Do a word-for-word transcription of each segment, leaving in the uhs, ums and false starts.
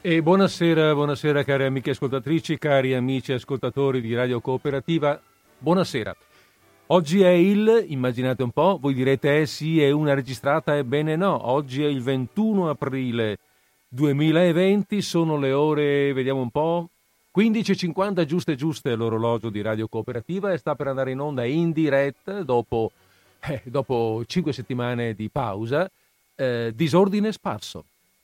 E buonasera, buonasera cari amiche ascoltatrici, cari amici ascoltatori di Radio Cooperativa, buonasera. Oggi è il, immaginate un po', voi direte eh sì, è una registrata, ebbene no, oggi è il ventuno aprile duemilaventi, sono le ore, vediamo un po', quindici e cinquanta giuste giuste l'orologio di Radio Cooperativa e sta per andare in onda in diretta dopo, eh, dopo cinque settimane di pausa, eh, Disordine Sparso.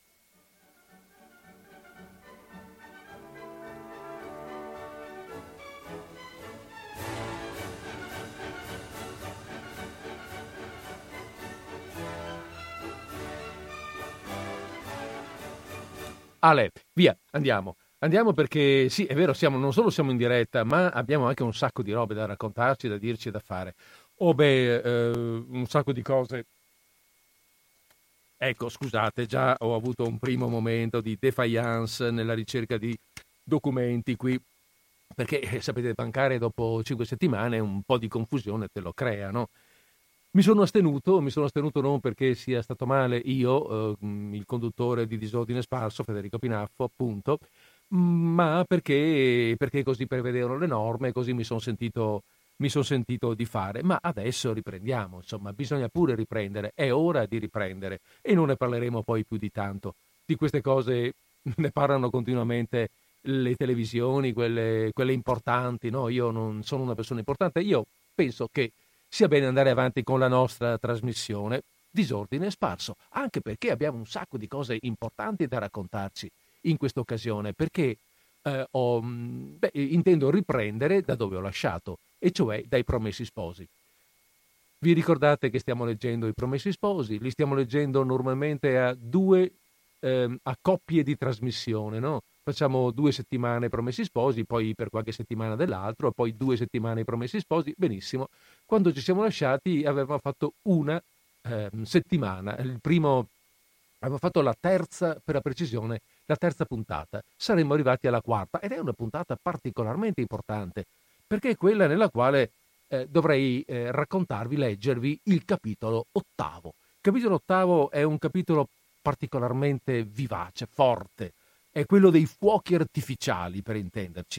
Ale, via, andiamo. Andiamo perché sì, è vero, siamo, non solo siamo in diretta, ma abbiamo anche un sacco di robe da raccontarci, da dirci e da fare. Oh beh, eh, un sacco di cose. Ecco, scusate, già ho avuto un primo momento di defiance nella ricerca di documenti qui, perché eh, sapete, bancare dopo cinque settimane un po' di confusione te lo crea, no? Mi sono astenuto, mi sono astenuto non perché sia stato male io, eh, il conduttore di Disordine Sparso, Federico Pinaffo, appunto, ma perché, perché così prevedevano le norme, così mi sono sentito, mi son sentito di fare. Ma adesso riprendiamo, insomma, bisogna pure riprendere, è ora di riprendere e non ne parleremo poi più di tanto. Di queste cose ne parlano continuamente le televisioni, quelle, quelle importanti, no? Io non sono una persona importante, io penso che sia bene andare avanti con la nostra trasmissione Disordine Sparso, anche perché abbiamo un sacco di cose importanti da raccontarci in questa occasione, perché eh, ho, beh, intendo riprendere da dove ho lasciato, e cioè dai Promessi Sposi. Vi ricordate che stiamo leggendo i Promessi Sposi? Li stiamo leggendo normalmente a due ehm, a coppie di trasmissione, no? Facciamo due settimane Promessi Sposi, poi per qualche settimana dell'altro, poi due settimane Promessi Sposi, benissimo. Quando ci siamo lasciati avevamo fatto una eh, settimana, il primo, avevamo fatto la terza, per la precisione, la terza puntata. Saremmo arrivati alla quarta ed è una puntata particolarmente importante, perché è quella nella quale eh, dovrei eh, raccontarvi, leggervi il capitolo ottavo. Il capitolo ottavo è un capitolo particolarmente vivace, forte, è quello dei fuochi artificiali, per intenderci.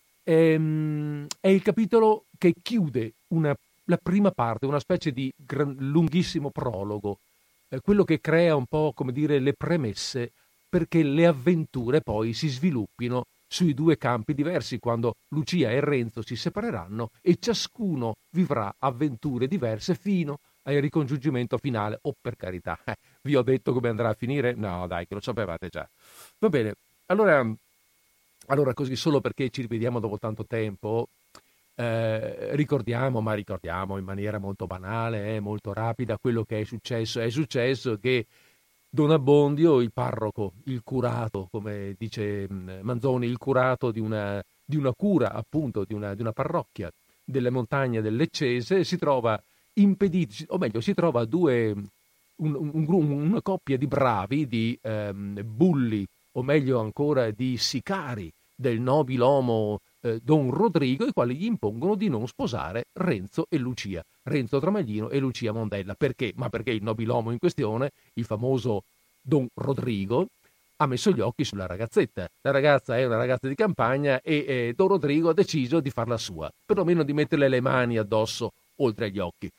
Ehm, è il capitolo che chiude una, la prima parte, una specie di gran, lunghissimo prologo, eh, quello che crea un po', come dire, le premesse perché le avventure poi si sviluppino sui due campi diversi, quando Lucia e Renzo si separeranno e ciascuno vivrà avventure diverse fino al ricongiungimento finale. O oh, per carità, eh, vi ho detto come andrà a finire? No, dai, che lo sapevate già. Va bene, allora, allora così solo perché ci rivediamo dopo tanto tempo, eh, ricordiamo, ma ricordiamo in maniera molto banale, eh, molto rapida, quello che è successo. È successo che Don Abbondio, il parroco, il curato, come dice Manzoni, il curato di una, di una cura, appunto, di una, di una parrocchia delle montagne del Leccese, si trova impedito, o meglio, si trova due, un, un, un, una coppia di bravi, di ehm, bulli, o meglio ancora di sicari del nobilomo eh, Don Rodrigo, i quali gli impongono di non sposare Renzo e Lucia, Renzo Tramaglino e Lucia Mondella. Perché? Ma perché il nobilomo in questione, il famoso Don Rodrigo, ha messo gli occhi sulla ragazzetta. La ragazza è una ragazza di campagna e eh, Don Rodrigo ha deciso di farla sua, perlomeno di metterle le mani addosso oltre agli occhi.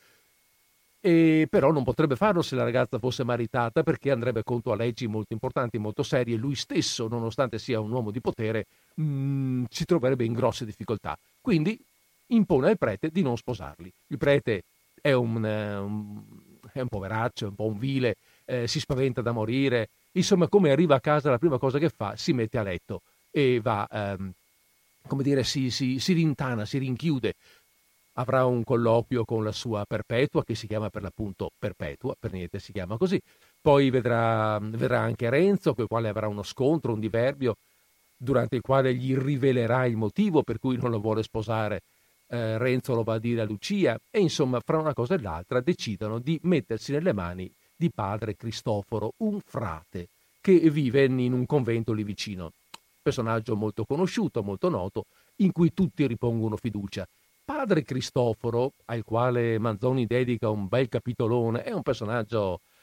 E però non potrebbe farlo se la ragazza fosse maritata, perché andrebbe contro a leggi molto importanti, molto serie. Lui stesso, nonostante sia un uomo di potere, mh, si troverebbe in grosse difficoltà. Quindi impone al prete di non sposarli. Il prete è un, um, è un poveraccio, è un po' un vile, eh, si spaventa da morire. Insomma, come arriva a casa, la prima cosa che fa, si mette a letto e va, um, come dire, si, si, si rintana, si rinchiude. Avrà un colloquio con la sua Perpetua, che si chiama per l'appunto Perpetua, per niente si chiama così. Poi vedrà, vedrà anche Renzo, con il quale avrà uno scontro, un diverbio, durante il quale gli rivelerà il motivo per cui non lo vuole sposare. Eh, Renzo lo va a dire a Lucia e insomma, fra una cosa e l'altra, decidono di mettersi nelle mani di padre Cristoforo, un frate che vive in un convento lì vicino. Personaggio molto conosciuto, molto noto, in cui tutti ripongono fiducia. Padre Cristoforo, al quale Manzoni dedica un bel capitolone, è un personaggio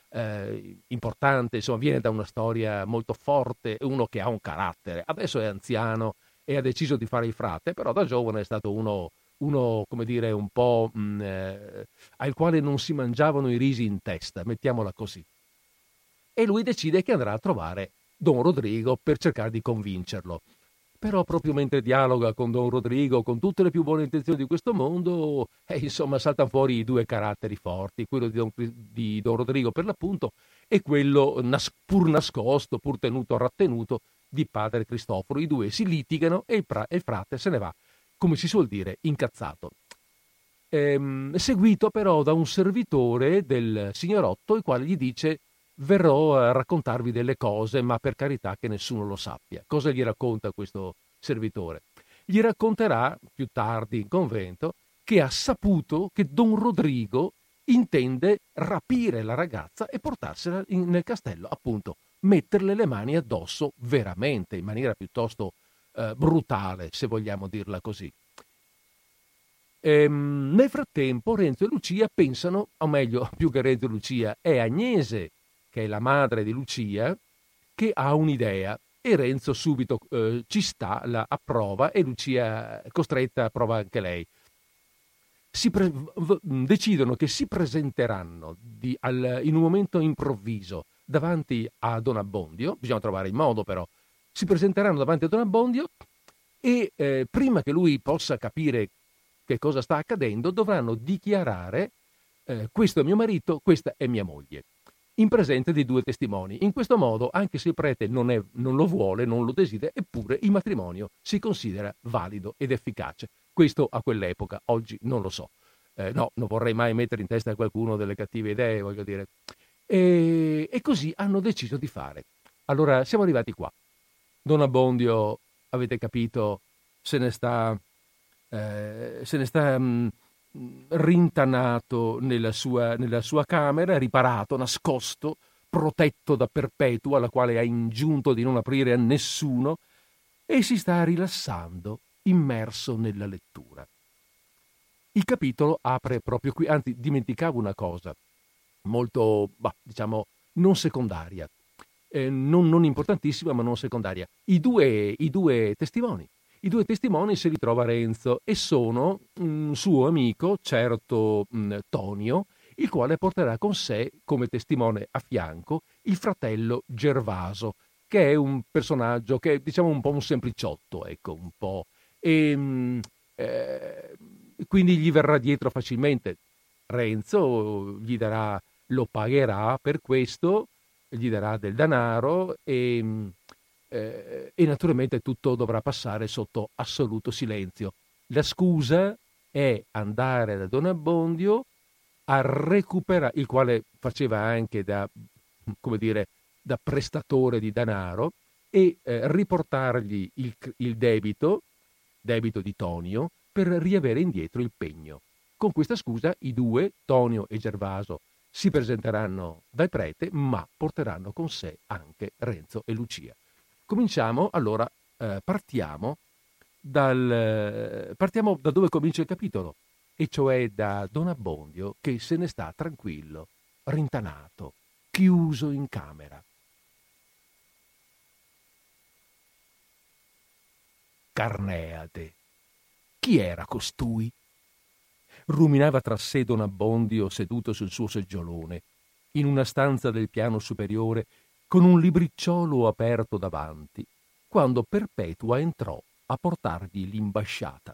eh, importante, insomma viene da una storia molto forte, è uno che ha un carattere, adesso è anziano e ha deciso di fare il frate, però da giovane è stato uno, uno come dire, un po' mh, eh, al quale non si mangiavano i risi in testa, mettiamola così. E lui decide che andrà a trovare Don Rodrigo per cercare di convincerlo. Però proprio mentre dialoga con Don Rodrigo, con tutte le più buone intenzioni di questo mondo, eh, insomma saltano fuori i due caratteri forti, quello di Don, di Don Rodrigo per l'appunto e quello nas- pur nascosto, pur tenuto rattenuto di padre Cristoforo. I due si litigano e il, pra- e il frate se ne va, come si suol dire, incazzato. Ehm, seguito però da un servitore del signorotto, il quale gli dice: verrò a raccontarvi delle cose, ma per carità che nessuno lo sappia. Cosa gli racconta questo servitore? Gli racconterà più tardi in convento che ha saputo che Don Rodrigo intende rapire la ragazza e portarsela in, nel castello, appunto, metterle le mani addosso veramente, in maniera piuttosto eh, brutale, se vogliamo dirla così. Ehm, nel frattempo Renzo e Lucia pensano, o meglio, più che Renzo e Lucia, è Agnese, che è la madre di Lucia, che ha un'idea e Renzo subito eh, ci sta, la approva e Lucia costretta approva anche lei. Si pre- v- decidono che si presenteranno di, al, in un momento improvviso davanti a Don Abbondio, bisogna trovare il modo però, si presenteranno davanti a Don Abbondio e eh, prima che lui possa capire che cosa sta accadendo dovranno dichiarare eh, questo è mio marito, questa è mia moglie, in presenza di due testimoni. In questo modo, anche se il prete non, è, non lo vuole, non lo desidera, eppure il matrimonio si considera valido ed efficace. Questo a quell'epoca, oggi non lo so. Eh, no, non vorrei mai mettere in testa a qualcuno delle cattive idee, voglio dire. E, e così hanno deciso di fare. Allora, siamo arrivati qua. Don Abbondio, avete capito, se ne sta, eh, se ne sta mh, rintanato nella sua, nella sua camera, riparato, nascosto, protetto da Perpetua, alla quale ha ingiunto di non aprire a nessuno, e si sta rilassando, immerso nella lettura. Il capitolo apre proprio qui, anzi dimenticavo una cosa, molto, bah, diciamo, non secondaria, eh, non, non importantissima ma non secondaria. I due, i due testimoni. I due testimoni si ritrova Renzo e sono un suo amico, certo mh, Tonio, il quale porterà con sé come testimone a fianco il fratello Gervaso, che è un personaggio che è, diciamo, un po' un sempliciotto, ecco, un po'. E, mh, eh, quindi gli verrà dietro facilmente. Renzo gli darà, lo pagherà per questo, gli darà del denaro e, eh, e naturalmente tutto dovrà passare sotto assoluto silenzio. La scusa è andare da Don Abbondio a recuperare, il quale faceva anche da, come dire, da prestatore di denaro, e eh, riportargli il, il debito, debito di Tonio, per riavere indietro il pegno. Con questa scusa i due, Tonio e Gervaso, si presenteranno dal prete, ma porteranno con sé anche Renzo e Lucia. Cominciamo, allora, eh, partiamo, dal, partiamo da dove comincia il capitolo, e cioè da Don Abbondio che se ne sta tranquillo, rintanato, chiuso in camera. Carneade. Chi era costui? Ruminava tra sé Don Abbondio seduto sul suo seggiolone, in una stanza del piano superiore, con un libricciolo aperto davanti, quando Perpetua entrò a portargli l'imbasciata.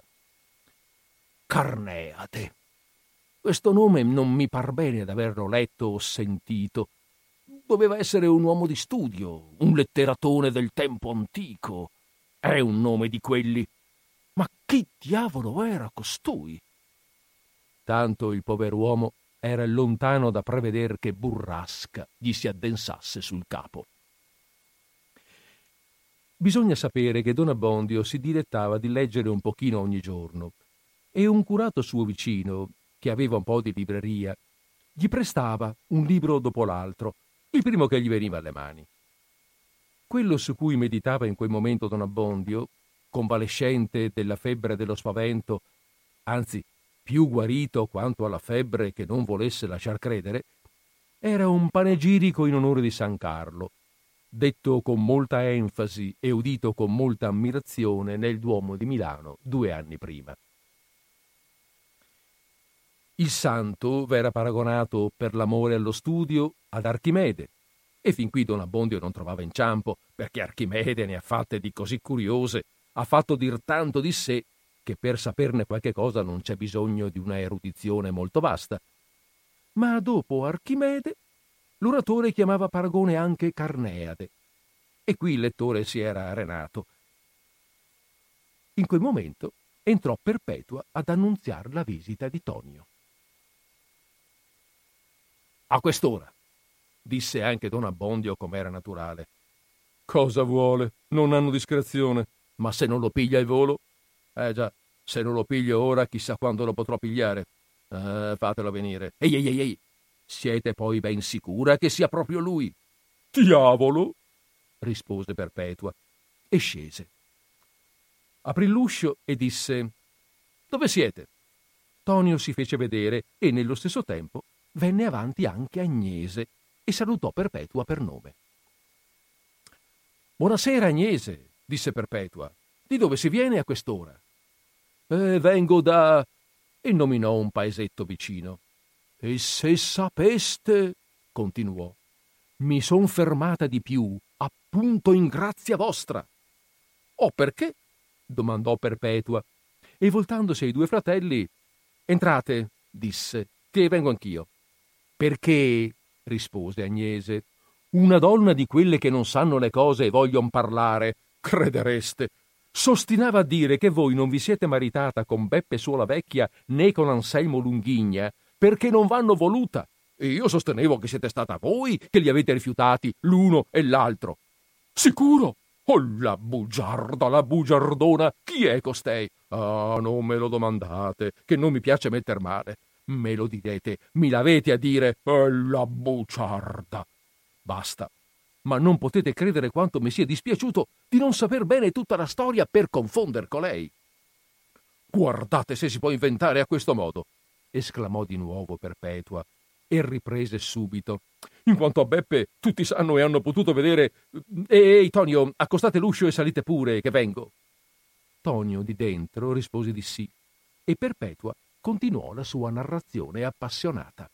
Carneade. Questo nome non mi par bene d'averlo letto o sentito. Doveva essere un uomo di studio, un letteratone del tempo antico. È un nome di quelli. Ma chi diavolo era costui? Tanto il pover'uomo era lontano da preveder che burrasca gli si addensasse sul capo. Bisogna sapere che Don Abbondio si dilettava di leggere un pochino ogni giorno e un curato suo vicino, che aveva un po' di libreria, gli prestava un libro dopo l'altro, il primo che gli veniva alle mani. Quello su cui meditava in quel momento Don Abbondio, convalescente della febbre dello spavento, anzi più guarito quanto alla febbre che non volesse lasciar credere, Era un panegirico in onore di San Carlo, detto con molta enfasi e udito con molta ammirazione nel Duomo di Milano due anni prima. Il santo v'era paragonato per l'amore allo studio ad Archimede, e fin qui Don Abbondio non trovava inciampo, perché Archimede ne ha fatte di così curiose, ha fatto dir tanto di sé, che per saperne qualche cosa non c'è bisogno di una erudizione molto vasta. Ma dopo Archimede, l'oratore chiamava paragone anche Carneade, e qui il lettore si era arenato. In quel momento entrò Perpetua ad annunziar la visita di Tonio. A quest'ora, disse anche Don Abbondio com'era naturale. Cosa vuole? Non hanno discrezione. Ma se non lo piglia il volo? Eh già, se non lo piglio ora, chissà quando lo potrò pigliare. Eh, fatelo venire. Ehi, ehi, ehi, ehi! Siete poi ben sicura che sia proprio lui? Diavolo! Rispose Perpetua, e scese. Aprì l'uscio e disse: Dove siete? Tonio si fece vedere e nello stesso tempo venne avanti anche Agnese e salutò Perpetua per nome. Buonasera, Agnese, disse Perpetua. Di dove si viene a quest'ora? Eh, vengo da... e nominò un paesetto vicino. E se sapeste, continuò, mi son fermata di più, appunto in grazia vostra. Oh, perché? Domandò Perpetua, e voltandosi ai due fratelli, entrate, disse, che vengo anch'io. Perché, rispose Agnese, una donna di quelle che non sanno le cose e voglion parlare, credereste, s'ostinava a dire che voi non vi siete maritata con Beppe Suola Vecchia né con Anselmo Lunghigna, perché non v'hanno voluta. E io sostenevo che siete stata voi che li avete rifiutati l'uno e l'altro. Sicuro? Oh, la bugiarda, la bugiardona, chi è costei? Ah, non me lo domandate, che non mi piace metter male. Me lo direte, mi l'avete a dire, oh, la bugiarda. Basta, ma non potete credere quanto mi sia dispiaciuto di non saper bene tutta la storia per confonder colei. Guardate se si può inventare a questo modo, esclamò di nuovo Perpetua, e riprese subito. In quanto a Beppe, tutti sanno e hanno potuto vedere... Ehi, Tonio, accostate l'uscio e salite pure, che vengo. Tonio di dentro rispose di sì, e Perpetua continuò la sua narrazione appassionata.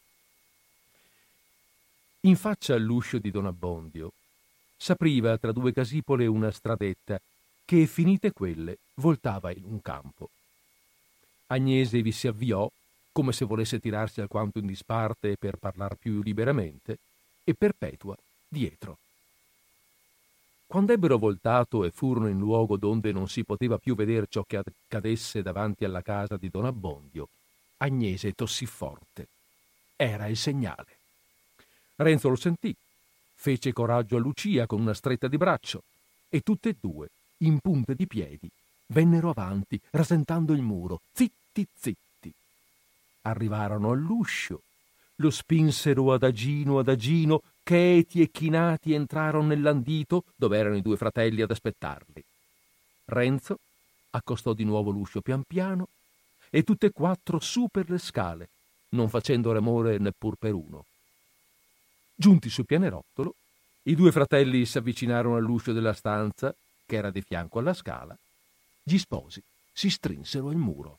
In faccia all'uscio di Don Abbondio s'apriva tra due casipole una stradetta che, finite quelle, voltava in un campo. Agnese vi si avviò, come se volesse tirarsi alquanto in disparte per parlar più liberamente, e Perpetua dietro. Quand'ebbero voltato e furono in luogo donde non si poteva più veder ciò che accadesse davanti alla casa di Don Abbondio, Agnese tossì forte. Era il segnale. Renzo lo sentì, fece coraggio a Lucia con una stretta di braccio, e tutte e due, in punte di piedi, vennero avanti, rasentando il muro, zitti zitti. Arrivarono all'uscio, lo spinsero adagino adagino, cheti e chinati entrarono nell'andito dove erano i due fratelli ad aspettarli. Renzo accostò di nuovo l'uscio pian piano e tutte e quattro su per le scale, non facendo remore neppur per uno. Giunti sul pianerottolo, i due fratelli s'avvicinarono all'uscio della stanza, che era di fianco alla scala. Gli sposi si strinsero al muro.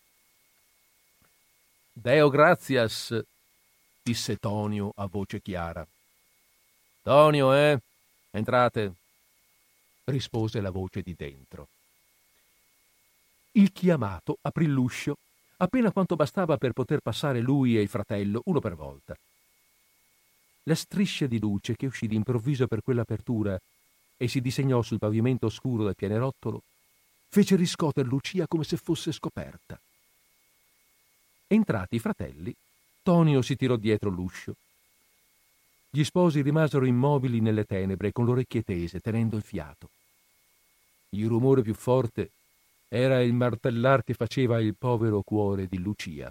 Deo gratias, disse Tonio a voce chiara. Tonio, eh? Entrate, rispose la voce di dentro. Il chiamato aprì l'uscio appena quanto bastava per poter passare lui e il fratello uno per volta. La striscia di luce che uscì d'improvviso per quell'apertura e si disegnò sul pavimento oscuro del pianerottolo fece riscoter Lucia come se fosse scoperta. Entrati i fratelli, Tonio si tirò dietro l'uscio. Gli sposi rimasero immobili nelle tenebre con le orecchie tese, tenendo il fiato. Il rumore più forte era il martellar che faceva il povero cuore di Lucia.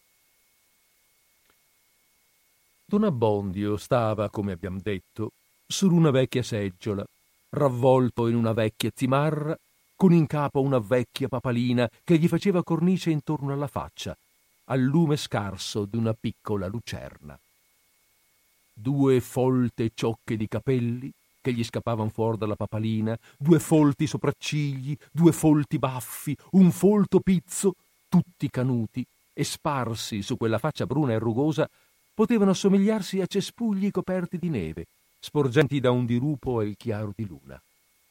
Don Abbondio stava, come abbiamo detto, su una vecchia seggiola, ravvolto in una vecchia zimarra, con in capo una vecchia papalina che gli faceva cornice intorno alla faccia, al lume scarso di una piccola lucerna. due folte ciocche di capelli che gli scappavano fuori dalla papalina, due folti sopraccigli, due folti baffi, un folto pizzo, tutti canuti e sparsi su quella faccia bruna e rugosa, potevano assomigliarsi a cespugli coperti di neve, sporgenti da un dirupo e il chiaro di luna.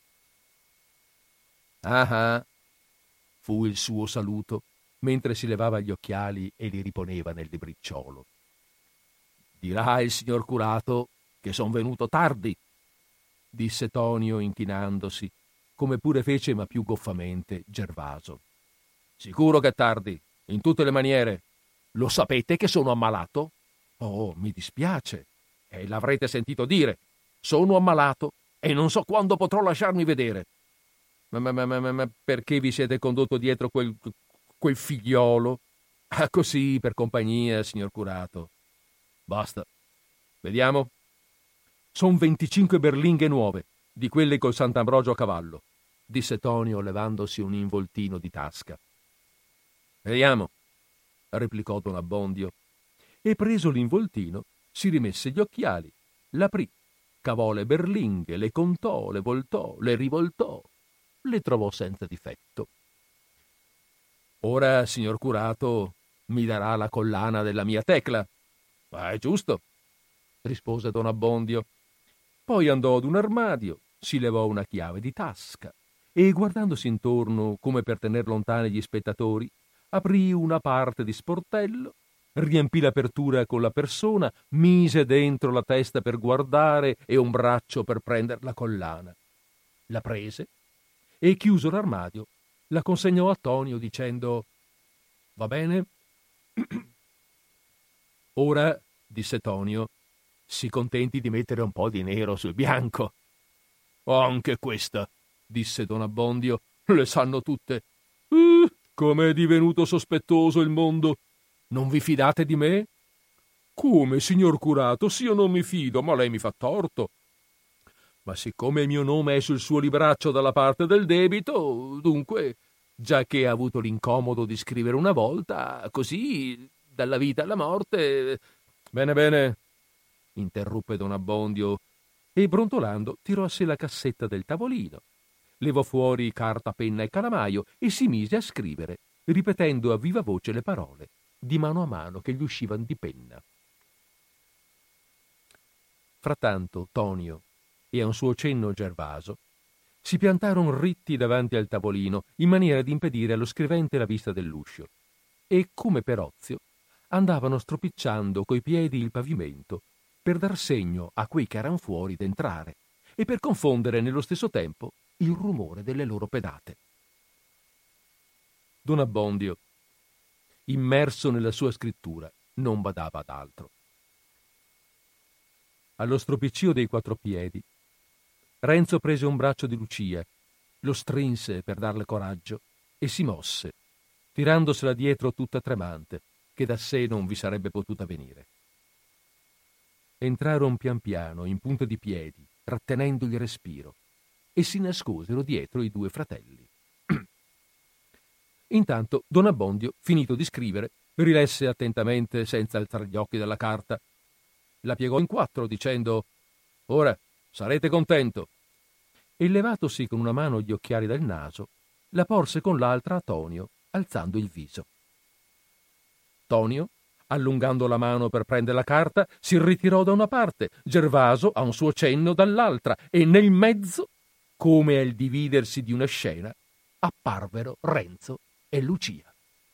Ah ah, fu il suo saluto, mentre si levava gli occhiali e li riponeva nel libricciolo. Dirà il signor curato che son venuto tardi, disse Tonio inchinandosi, come pure fece, ma più goffamente, Gervaso. Sicuro che è tardi, in tutte le maniere. Lo sapete che sono ammalato? Oh, mi dispiace. E l'avrete sentito dire. Sono ammalato e non so quando potrò lasciarmi vedere. Ma, ma, ma, ma, ma perché vi siete condotto dietro quel, quel figliolo? Ah, così, per compagnia, signor curato. Basta. Vediamo. Son venticinque berlinghe nuove, di quelle col Sant'Ambrogio a cavallo, disse Tonio levandosi un involtino di tasca. Vediamo, replicò Don Abbondio, e preso l'involtino si rimesse gli occhiali, l'aprì, cavò le berlinghe, le contò, le voltò, le rivoltò, le trovò senza difetto. Ora, signor curato, mi darà la collana della mia Tecla. Ma è giusto, rispose Don Abbondio. Poi andò ad un armadio, si levò una chiave di tasca e, guardandosi intorno come per tener lontani gli spettatori, aprì una parte di sportello, riempì l'apertura con la persona, mise dentro la testa per guardare e un braccio per prendere la collana. La prese e, chiuso l'armadio, la consegnò a Tonio dicendo: «Va bene?» «Ora», disse Tonio, «si contenti di mettere un po' di nero sul bianco». «Anche questa», disse Don Abbondio, «le sanno tutte. Uh, come è divenuto sospettoso il mondo. Non vi fidate di me?» «Come, signor curato? Sì, io non mi fido, ma lei mi fa torto». «Ma siccome il mio nome è sul suo libraccio dalla parte del debito, dunque, già che ha avuto l'incomodo di scrivere una volta, così, dalla vita alla morte...» «Bene, bene», interruppe Don Abbondio, e brontolando tirò a sé la cassetta del tavolino, levò fuori carta, penna e calamaio e si mise a scrivere, ripetendo a viva voce le parole, di mano a mano che gli uscivan di penna. Frattanto Tonio e a un suo cenno Gervaso si piantarono ritti davanti al tavolino in maniera di impedire allo scrivente la vista dell'uscio e, come per ozio, andavano stropicciando coi piedi il pavimento per dar segno a quei che eran fuori d'entrare e per confondere nello stesso tempo il rumore delle loro pedate. Don Abbondio, immerso nella sua scrittura, non badava ad altro. Allo stropiccio dei quattro piedi, Renzo prese un braccio di Lucia, lo strinse per darle coraggio e si mosse, tirandosela dietro tutta tremante, che da sé non vi sarebbe potuta venire. Entrarono pian piano, in punta di piedi, rattenendo il respiro, e si nascosero dietro i due fratelli. Intanto Don Abbondio, finito di scrivere, rilesse attentamente, senza alzare gli occhi dalla carta. La piegò in quattro, dicendo: «Ora sarete contento», e levatosi con una mano gli occhiali dal naso, la porse con l'altra a Tonio, alzando il viso. Tonio, allungando la mano per prendere la carta, si ritirò da una parte, Gervaso, a un suo cenno, dall'altra, e nel mezzo, come al dividersi di una scena, apparvero Renzo e Lucia.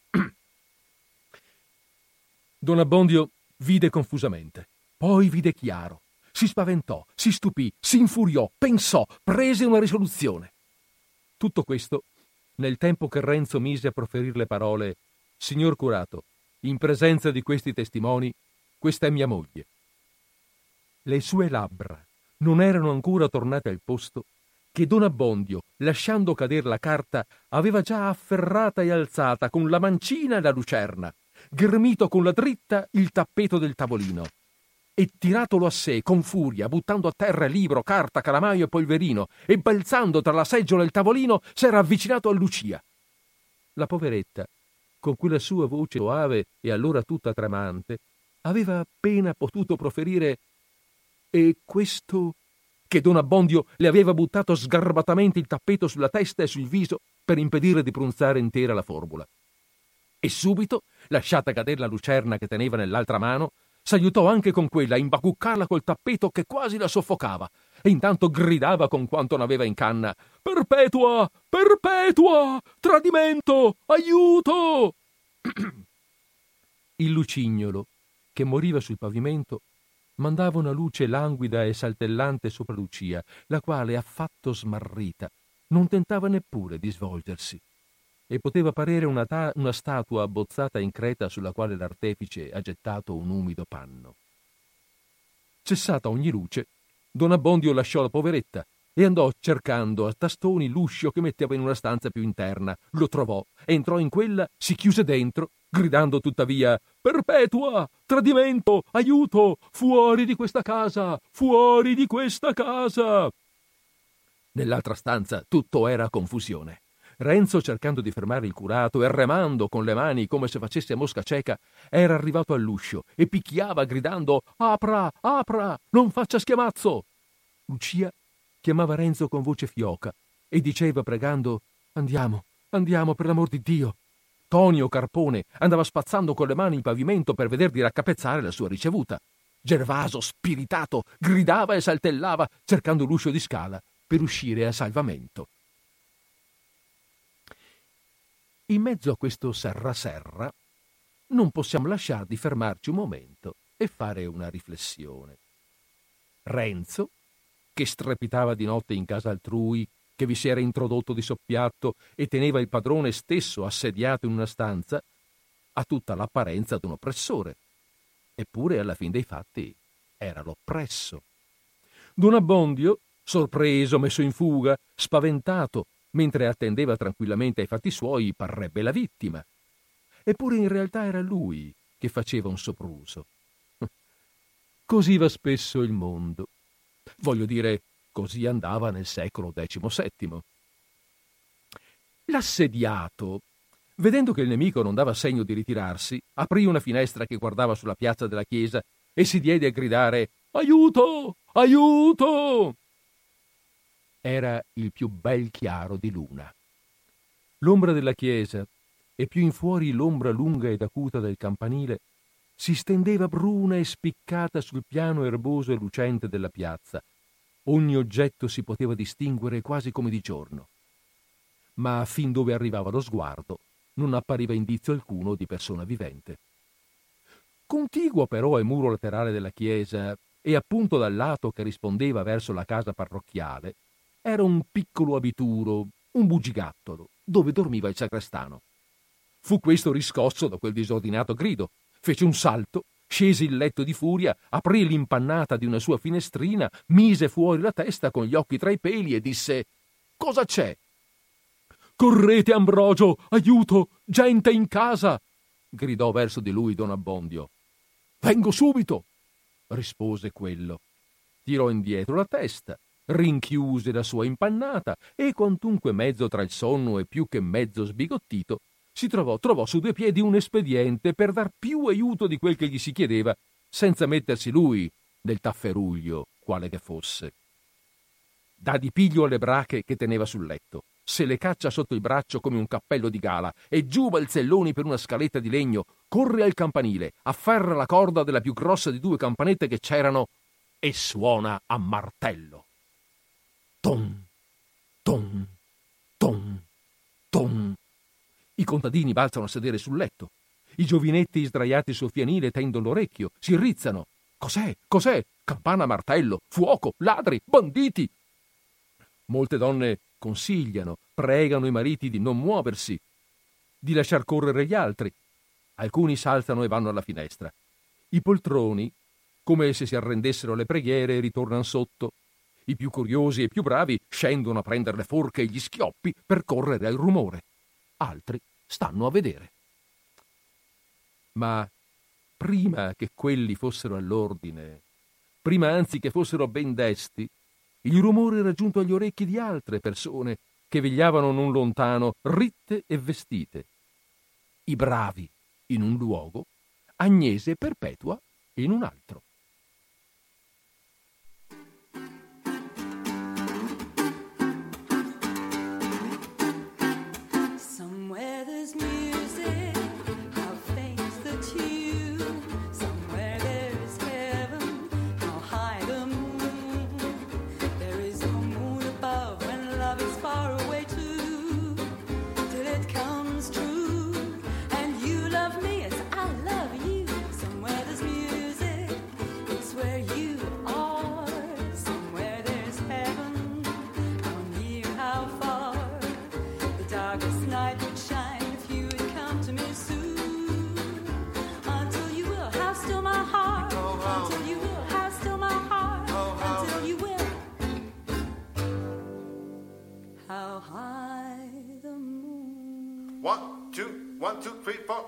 Don Abbondio vide confusamente, poi vide chiaro, si spaventò, si stupì, si infuriò, pensò, prese una risoluzione. Tutto questo nel tempo che Renzo mise a proferire le parole: «Signor curato, in presenza di questi testimoni, questa è mia moglie». Le sue labbra non erano ancora tornate al posto che Don Abbondio, lasciando cader la carta, aveva già afferrata e alzata con la mancina e la lucerna, ghermito con la dritta il tappeto del tavolino e tiratolo a sé con furia, buttando a terra libro, carta, calamaio e polverino, e balzando tra la seggiola e il tavolino, s'era avvicinato a Lucia. La poveretta, con quella sua voce soave e allora tutta tremante, aveva appena potuto proferire: E questo... che don Abbondio le aveva buttato sgarbatamente il tappeto sulla testa e sul viso per impedire di pronzare intera la formula. E subito, lasciata cadere la lucerna che teneva nell'altra mano, s'aiutò anche con quella a imbacuccarla col tappeto che quasi la soffocava, e intanto gridava con quanto n'aveva in canna: «Perpetua! Perpetua! Tradimento! Aiuto!» Il lucignolo, che moriva sul pavimento, mandava una luce languida e saltellante sopra Lucia, la quale, affatto smarrita, non tentava neppure di svolgersi, e poteva parere una, ta- una statua abbozzata in creta sulla quale l'artefice ha gettato un umido panno. Cessata ogni luce, don Abbondio lasciò la poveretta e andò cercando a tastoni l'uscio che metteva in una stanza più interna. Lo trovò, entrò in quella, si chiuse dentro, gridando tuttavia: «Perpetua! Tradimento! Aiuto! Fuori di questa casa! Fuori di questa casa!» Nell'altra stanza tutto era confusione. Renzo, cercando di fermare il curato e remando con le mani come se facesse mosca cieca, era arrivato all'uscio e picchiava gridando: «Apra! Apra! Non faccia schiamazzo!» Lucia chiamava Renzo con voce fioca e diceva pregando: «Andiamo, andiamo, per l'amor di Dio!» Tonio Carpone andava spazzando con le mani il pavimento per veder di raccapezzare la sua ricevuta. Gervaso, spiritato, gridava e saltellava cercando l'uscio di scala per uscire a salvamento. In mezzo a questo serra serra non possiamo lasciar di fermarci un momento e fare una riflessione. Renzo, che strepitava di notte in casa altrui, che vi si era introdotto di soppiatto e teneva il padrone stesso assediato in una stanza, ha tutta l'apparenza d'un oppressore, eppure alla fin dei fatti era l'oppresso. Don Abbondio, sorpreso, messo in fuga, spaventato, mentre attendeva tranquillamente ai fatti suoi, parrebbe la vittima. Eppure in realtà era lui che faceva un sopruso. Così va spesso il mondo. Voglio dire, così andava nel secolo diciannovesimo. L'assediato, vedendo che il nemico non dava segno di ritirarsi, aprì una finestra che guardava sulla piazza della chiesa e si diede a gridare: «Aiuto! Aiuto!» Era il più bel chiaro di luna. L'ombra della chiesa e più in fuori l'ombra lunga ed acuta del campanile si stendeva bruna e spiccata sul piano erboso e lucente della piazza. Ogni oggetto si poteva distinguere quasi come di giorno, ma fin dove arrivava lo sguardo non appariva indizio alcuno di persona vivente. Contiguo però al muro laterale della chiesa e appunto dal lato che rispondeva verso la casa parrocchiale era un piccolo abituro, un bugigattolo, dove dormiva il sacrestano. Fu questo riscosso da quel disordinato grido, fece un salto, scese il letto di furia, aprì l'impannata di una sua finestrina, mise fuori la testa con gli occhi tra i peli e disse: «Cosa c'è?» «Correte, Ambrogio! Aiuto! Gente in casa!» gridò verso di lui don Abbondio. «Vengo subito!» rispose quello. Tirò indietro la testa, rinchiuse la sua impannata e, quantunque mezzo tra il sonno e più che mezzo sbigottito, si trovò, trovò su due piedi un espediente per dar più aiuto di quel che gli si chiedeva, senza mettersi lui nel tafferuglio, quale che fosse. Dà di piglio alle brache che teneva sul letto, se le caccia sotto il braccio come un cappello di gala e giù balzelloni per una scaletta di legno, corre al campanile, afferra la corda della più grossa di due campanette che c'erano e suona a martello. Ton, ton, ton, ton. I contadini balzano a sedere sul letto. I giovinetti sdraiati sul fianile tendono l'orecchio, si rizzano. Cos'è? Cos'è? Campana a martello, fuoco, ladri, banditi. Molte donne consigliano, pregano i mariti di non muoversi, di lasciar correre gli altri. Alcuni saltano e vanno alla finestra. I poltroni, come se si arrendessero alle preghiere, ritornano sotto. I più curiosi e più bravi scendono a prendere le forche e gli schioppi per correre al rumore. Altri stanno a vedere. Ma prima che quelli fossero all'ordine, prima anzi che fossero ben desti, il rumore era giunto agli orecchi di altre persone che vegliavano non lontano, ritte e vestite. I bravi in un luogo, Agnese e Perpetua in un altro. light would shine if you would come to me soon. Until you will have still my heart. Oh, oh. Until you will have still my heart. Oh, oh. Until you will. How high the moon. One, two, one, two, three, four.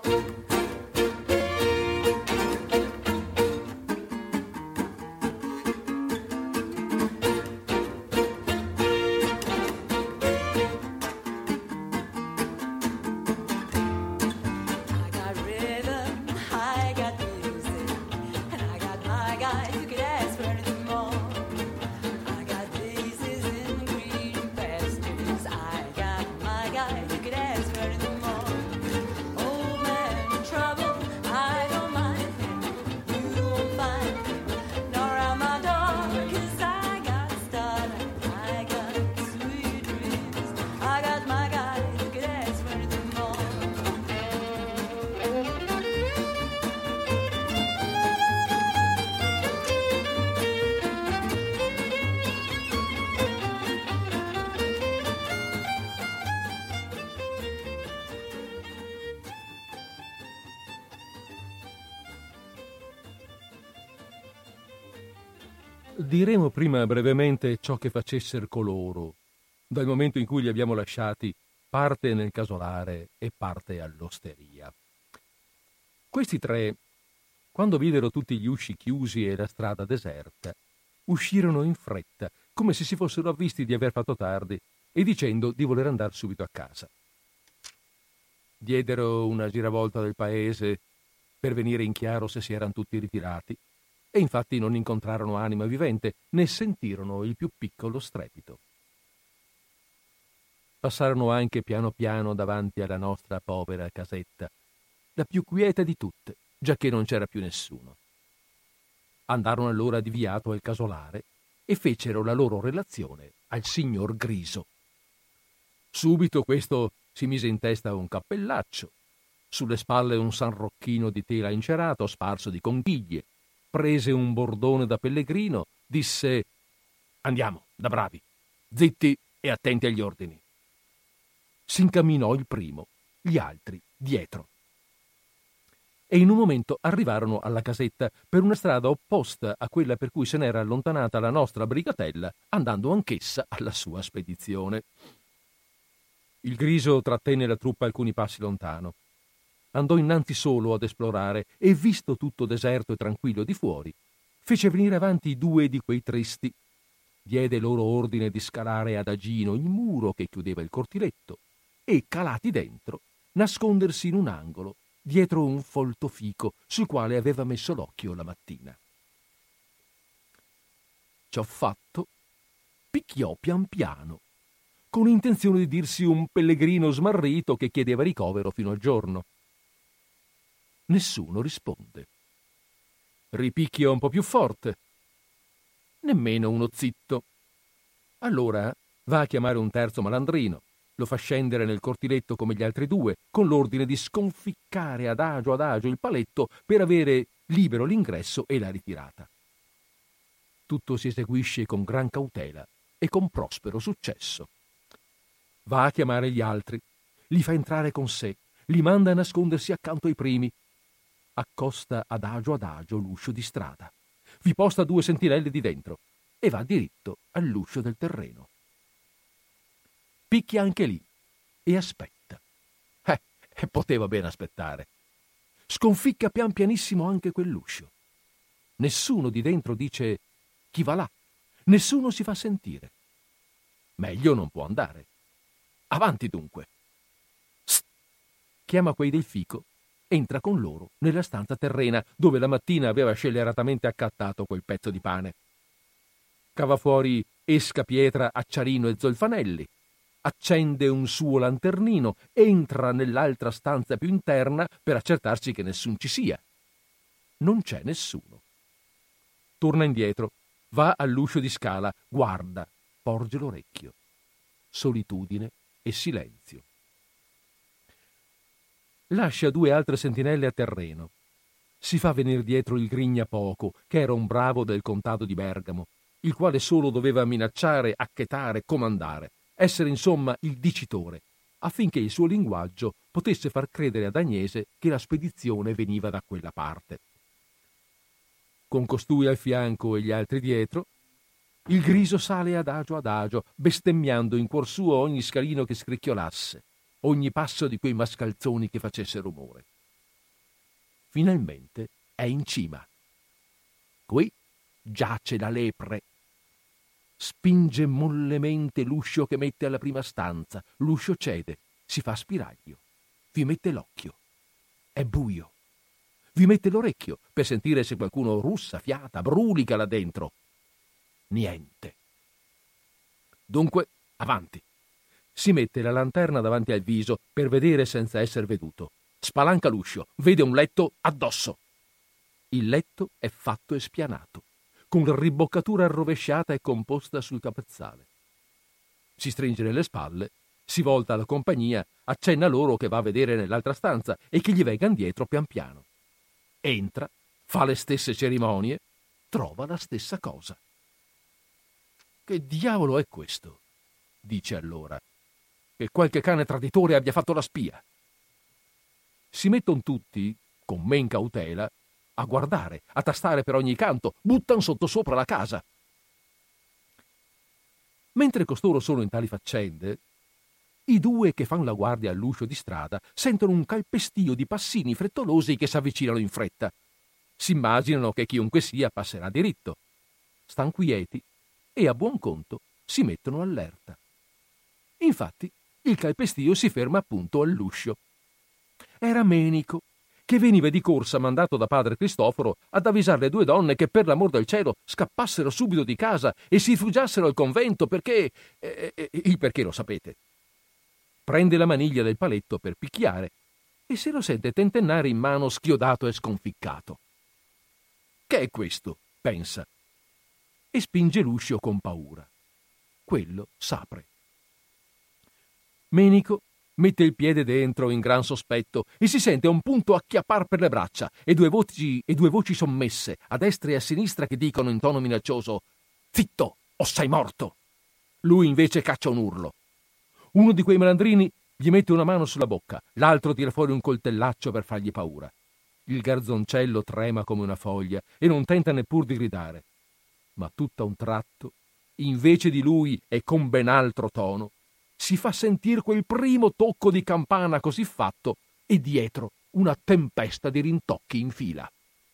Diremo prima brevemente ciò che facessero coloro, dal momento in cui li abbiamo lasciati, parte nel casolare e parte all'osteria. Questi tre, quando videro tutti gli usci chiusi e la strada deserta, uscirono in fretta, come se si fossero avvisti di aver fatto tardi e dicendo di voler andare subito a casa. Diedero una giravolta del paese per venire in chiaro se si erano tutti ritirati, e infatti non incontrarono anima vivente, né sentirono il più piccolo strepito. Passarono anche piano piano davanti alla nostra povera casetta, la più quieta di tutte, giacché non c'era più nessuno. Andarono allora di viato al casolare e fecero la loro relazione al signor Griso. Subito questo si mise in testa un cappellaccio, sulle spalle un sanrocchino di tela incerato sparso di conchiglie, prese un bordone da pellegrino, disse: «Andiamo, da bravi, zitti e attenti agli ordini». S'incamminò il primo, gli altri dietro. E in un momento arrivarono alla casetta per una strada opposta a quella per cui se n'era allontanata la nostra brigatella, andando anch'essa alla sua spedizione. Il Griso trattenne la truppa alcuni passi lontano. Andò innanzi solo ad esplorare e, visto tutto deserto e tranquillo di fuori, fece venire avanti due di quei tristi, diede loro ordine di scalare adagino il muro che chiudeva il cortiletto e, calati dentro, nascondersi in un angolo dietro un folto fico sul quale aveva messo l'occhio la mattina. Ciò fatto, picchiò pian piano, con intenzione di dirsi un pellegrino smarrito che chiedeva ricovero fino al giorno. Nessuno risponde. Ripicchia un po' più forte. Nemmeno uno zitto. Allora va a chiamare un terzo malandrino, lo fa scendere nel cortiletto come gli altri due, con l'ordine di sconficcare adagio adagio il paletto per avere libero l'ingresso e la ritirata. Tutto si eseguisce con gran cautela e con prospero successo. Va a chiamare gli altri, li fa entrare con sé, li manda a nascondersi accanto ai primi, accosta adagio adagio l'uscio di strada, vi posta due sentinelle di dentro e va diritto all'uscio del terreno. Picchia anche lì e aspetta. Eh, poteva ben aspettare. Sconficca pian pianissimo anche quell'uscio. Nessuno di dentro dice chi va là, nessuno si fa sentire. Meglio non può andare. Avanti dunque. Psst. Chiama quei del fico, entra con loro nella stanza terrena dove la mattina aveva scelleratamente accattato quel pezzo di pane. Cava fuori esca pietra, acciarino e zolfanelli, accende un suo lanternino, entra nell'altra stanza più interna per accertarsi che nessun ci sia. Non c'è nessuno. Torna indietro, va all'uscio di scala, guarda, porge l'orecchio. Solitudine e silenzio. Lascia due altre sentinelle a terreno. Si fa venir dietro il Grignapoco, che era un bravo del contado di Bergamo, il quale solo doveva minacciare, acchetare, comandare, essere insomma il dicitore, affinché il suo linguaggio potesse far credere ad Agnese che la spedizione veniva da quella parte. Con costui al fianco e gli altri dietro, il Griso sale adagio adagio, bestemmiando in cuor suo ogni scalino che scricchiolasse, ogni passo di quei mascalzoni che facesse rumore. Finalmente è in cima. Qui giace la lepre. Spinge mollemente l'uscio che mette alla prima stanza. L'uscio cede, si fa spiraglio. Vi mette l'occhio. È buio. Vi mette l'orecchio per sentire se qualcuno russa, fiata, brulica là dentro. Niente. Dunque, avanti. Si mette la lanterna davanti al viso per vedere senza essere veduto. Spalanca l'uscio, vede un letto addosso. Il letto è fatto e spianato, con riboccatura arrovesciata e composta sul capezzale. Si stringe nelle spalle, si volta alla compagnia, accenna loro che va a vedere nell'altra stanza e che gli vengan dietro pian piano. Entra, fa le stesse cerimonie, trova la stessa cosa. Che diavolo è questo? Dice allora. Che qualche cane traditore abbia fatto la spia. Si mettono tutti, con men cautela, a guardare, a tastare per ogni canto, buttan sottosopra la casa. Mentre costoro sono in tali faccende, i due che fan la guardia all'uscio di strada sentono un calpestio di passini frettolosi che s'avvicinano in fretta. S'immaginano che chiunque sia passerà diritto. Stan quieti e a buon conto si mettono allerta. Infatti il calpestio si ferma appunto all'uscio. Era Menico, che veniva di corsa mandato da padre Cristoforo ad avvisare le due donne che per l'amor del cielo scappassero subito di casa e si rifugiassero al convento perché... Eh, eh, il perché lo sapete. Prende la maniglia del paletto per picchiare e se lo sente tentennare in mano schiodato e sconficcato. Che è questo? Pensa. E spinge l'uscio con paura. Quello s'apre. Menico mette il piede dentro in gran sospetto e si sente a un punto acchiappar per le braccia e due voci, e due voci sommesse a destra e a sinistra che dicono in tono minaccioso: «Zitto, o sei morto!» Lui invece caccia un urlo. Uno di quei malandrini gli mette una mano sulla bocca, l'altro tira fuori un coltellaccio per fargli paura. Il garzoncello trema come una foglia e non tenta neppur di gridare. Ma tutto a un tratto, invece di lui e con ben altro tono, si fa sentir quel primo tocco di campana così fatto e dietro una tempesta di rintocchi in fila.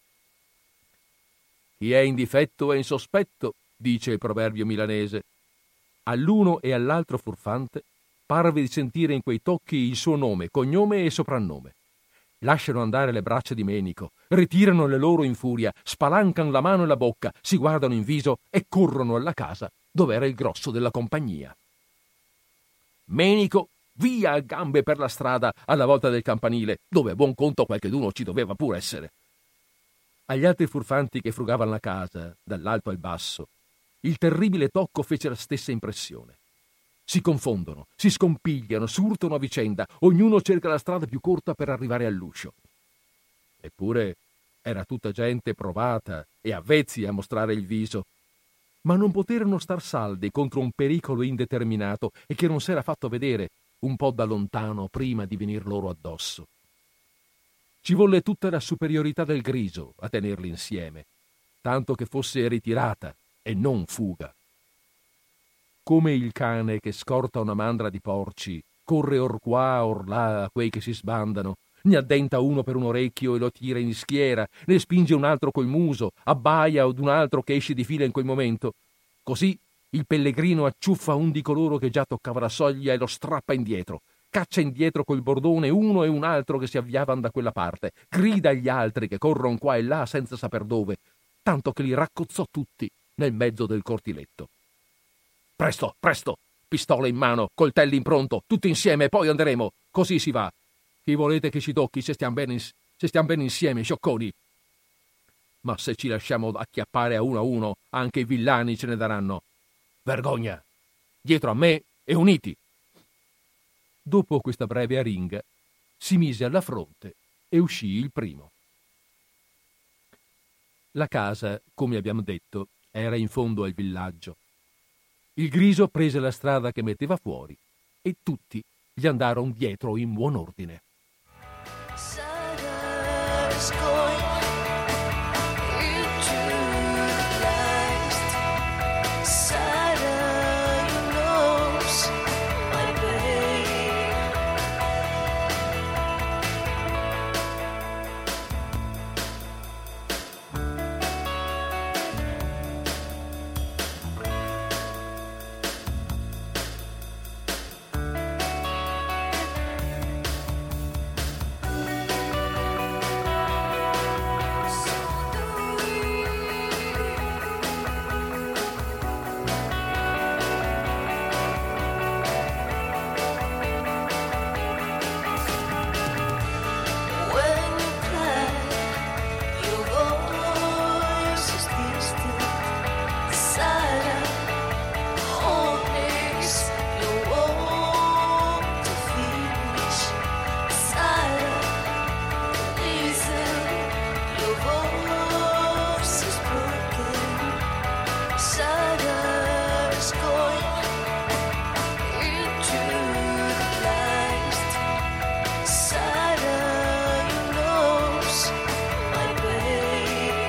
Chi è in difetto è in sospetto, dice il proverbio milanese. All'uno e all'altro furfante parve di sentire in quei tocchi il suo nome, cognome e soprannome. Lasciano andare le braccia di Menico, ritirano le loro in furia, spalancan la mano e la bocca, si guardano in viso e corrono alla casa dove era il grosso della compagnia. Menico via a gambe per la strada alla volta del campanile, dove a buon conto qualcheduno ci doveva pur essere. Agli altri furfanti che frugavano la casa, dall'alto al basso, il terribile tocco fece la stessa impressione. Si confondono, si scompigliano, s'urtano a vicenda, ognuno cerca la strada più corta per arrivare all'uscio. Eppure era tutta gente provata e avvezzi a mostrare il viso, ma non poterono star saldi contro un pericolo indeterminato e che non s'era fatto vedere un po' da lontano prima di venir loro addosso. Ci volle tutta la superiorità del Griso a tenerli insieme, tanto che fosse ritirata e non fuga. Come il cane che scorta una mandra di porci, corre or qua or là a quei che si sbandano, ne addenta uno per un orecchio e lo tira in schiera, ne spinge un altro col muso, abbaia ad un altro che esce di fila in quel momento. Così il pellegrino acciuffa un di coloro che già toccava la soglia e lo strappa indietro, caccia indietro col bordone uno e un altro che si avviavan da quella parte, grida agli altri che corrono qua e là senza saper dove, tanto che li raccozzò tutti nel mezzo del cortiletto. Presto, presto, pistole in mano, coltelli in pronto, tutti insieme, poi anderemo, così si va. Chi volete che ci tocchi se stiamo bene, se stiamo bene insieme, sciocconi? Ma se ci lasciamo acchiappare a uno a uno, anche i villani ce ne daranno. Vergogna! Dietro a me e uniti! Dopo questa breve aringa, si mise alla fronte e uscì il primo. La casa, come abbiamo detto, era in fondo al villaggio. Il Griso prese la strada che metteva fuori e tutti gli andarono dietro in buon ordine. Saturday's going into the light. Saturday knows my babe. When you cry, your voice is distant. Silent, hopeless, you want to finish. Silent, listen, your voice is broken. Silence going into the light. Saturday knows my babe.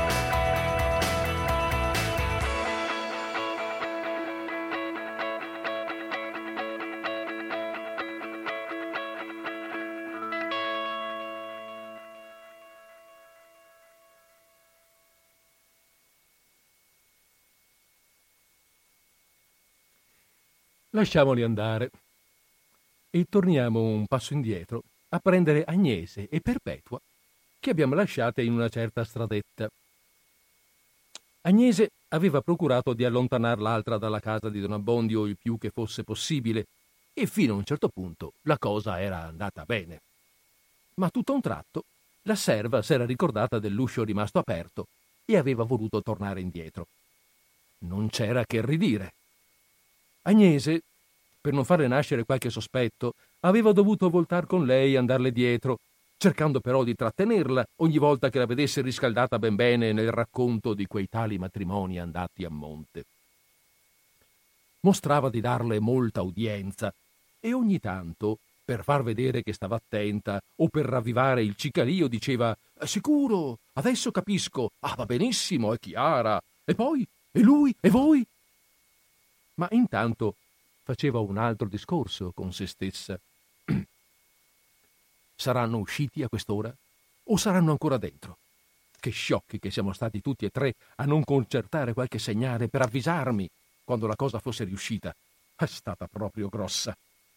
Lasciamoli andare e torniamo un passo indietro a prendere Agnese e Perpetua, che abbiamo lasciate in una certa stradetta. Agnese aveva procurato di allontanar l'altra dalla casa di Don Abbondio il più che fosse possibile, e fino a un certo punto la cosa era andata bene. Ma tutto a un tratto la serva s'era ricordata dell'uscio rimasto aperto e aveva voluto tornare indietro. Non c'era che ridire. Agnese, per non farle nascere qualche sospetto, aveva dovuto voltar con lei e andarle dietro, cercando però di trattenerla ogni volta che la vedesse riscaldata ben bene nel racconto di quei tali matrimoni andati a monte. Mostrava di darle molta udienza e ogni tanto, per far vedere che stava attenta o per ravvivare il cicalio, diceva «Sicuro, adesso capisco, ah, va benissimo, è chiara, e poi, e lui, e voi?» Ma intanto faceva un altro discorso con se stessa. Saranno usciti a quest'ora o saranno ancora dentro? Che sciocchi che siamo stati tutti e tre a non concertare qualche segnale per avvisarmi quando la cosa fosse riuscita. È stata proprio grossa.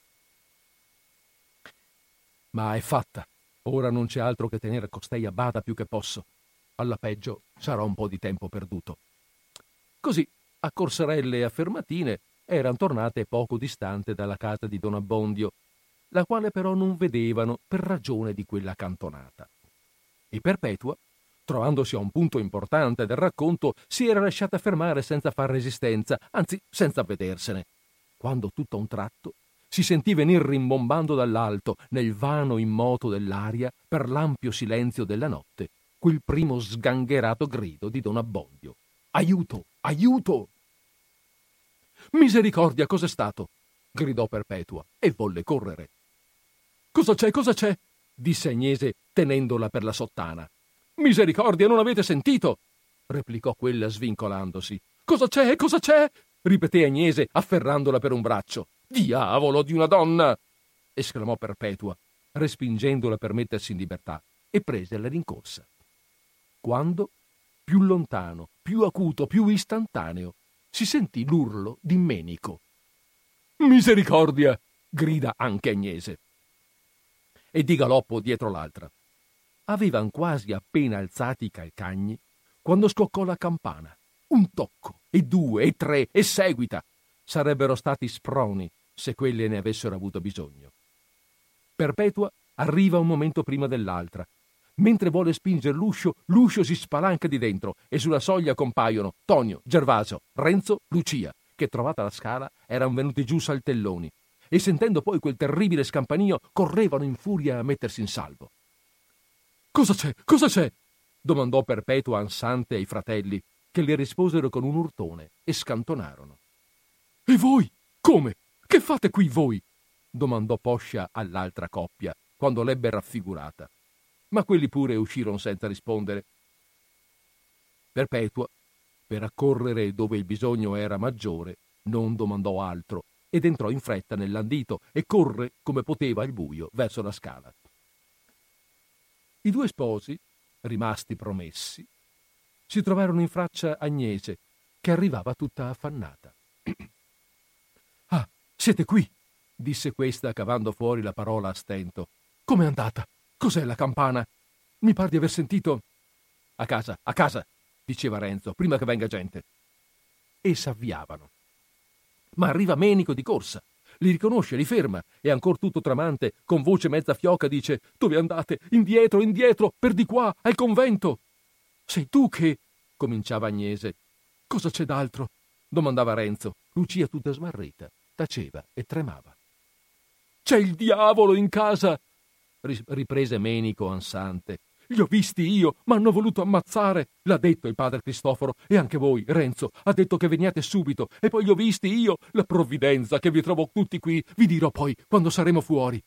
Ma è fatta. Ora non c'è altro che tenere costei a bada più che posso. Alla peggio sarà un po' di tempo perduto. Così, a corserelle e a fermatine, eran tornate poco distante dalla casa di Don Abbondio, la quale però non vedevano per ragione di quella cantonata. E Perpetua, trovandosi a un punto importante del racconto, si era lasciata fermare senza far resistenza, anzi senza vedersene, quando tutto a un tratto si sentì venir rimbombando dall'alto, nel vano immoto dell'aria, per l'ampio silenzio della notte, quel primo sgangherato grido di Don Abbondio. «Aiuto! Aiuto!» «Misericordia, cos'è stato?» gridò Perpetua e volle correre. «Cosa c'è, cosa c'è?» disse Agnese tenendola per la sottana. «Misericordia, non avete sentito?» replicò quella svincolandosi. «Cosa c'è, cosa c'è?» ripeté Agnese afferrandola per un braccio. «Diavolo di una donna!» esclamò Perpetua, respingendola per mettersi in libertà, e prese la rincorsa. Quando, più lontano, più acuto, più istantaneo, si sentì l'urlo di Menico. «Misericordia!» grida anche Agnese. E di galoppo dietro l'altra. Avevan quasi appena alzati i calcagni quando scoccò la campana. Un tocco, e due, e tre, e seguita. Sarebbero stati sproni se quelle ne avessero avuto bisogno. Perpetua arriva un momento prima dell'altra. Mentre vuole spingere l'uscio, l'uscio si spalanca di dentro e sulla soglia compaiono Tonio, Gervasio, Renzo, Lucia, che trovata la scala erano venuti giù saltelloni e sentendo poi quel terribile scampanio correvano in furia a mettersi in salvo. «Cosa c'è? Cosa c'è?» domandò Perpetua ansante ai fratelli, che le risposero con un urtone e scantonarono. «E voi? Come? Che fate qui voi?» domandò Poscia all'altra coppia, quando l'ebbe raffigurata. Ma quelli pure uscirono senza rispondere. Perpetua, per accorrere dove il bisogno era maggiore, non domandò altro ed entrò in fretta nell'andito e corre come poteva al buio verso la scala. I due sposi, rimasti promessi, si trovarono in faccia Agnese, che arrivava tutta affannata. «Ah, siete qui!» disse questa, cavando fuori la parola a stento. «Com'è andata? Cos'è la campana? Mi par di aver sentito...» «A casa, a casa!» diceva Renzo, «prima che venga gente.» E s'avviavano. Ma arriva Menico di corsa, li riconosce, li ferma e ancor tutto tramante, con voce mezza fioca, dice: «Dove andate? Indietro, indietro, per di qua, al convento!» «Sei tu che...» cominciava Agnese. «Cosa c'è d'altro?» domandava Renzo. Lucia, tutta smarrita, taceva e tremava. «C'è il diavolo in casa!» riprese Menico ansante. «Li ho visti io, m'hanno voluto ammazzare. L'ha detto il padre Cristoforo, e anche voi, Renzo, ha detto che veniate subito, e poi li ho visti io. La provvidenza che vi trovo tutti qui, vi dirò poi quando saremo fuori.»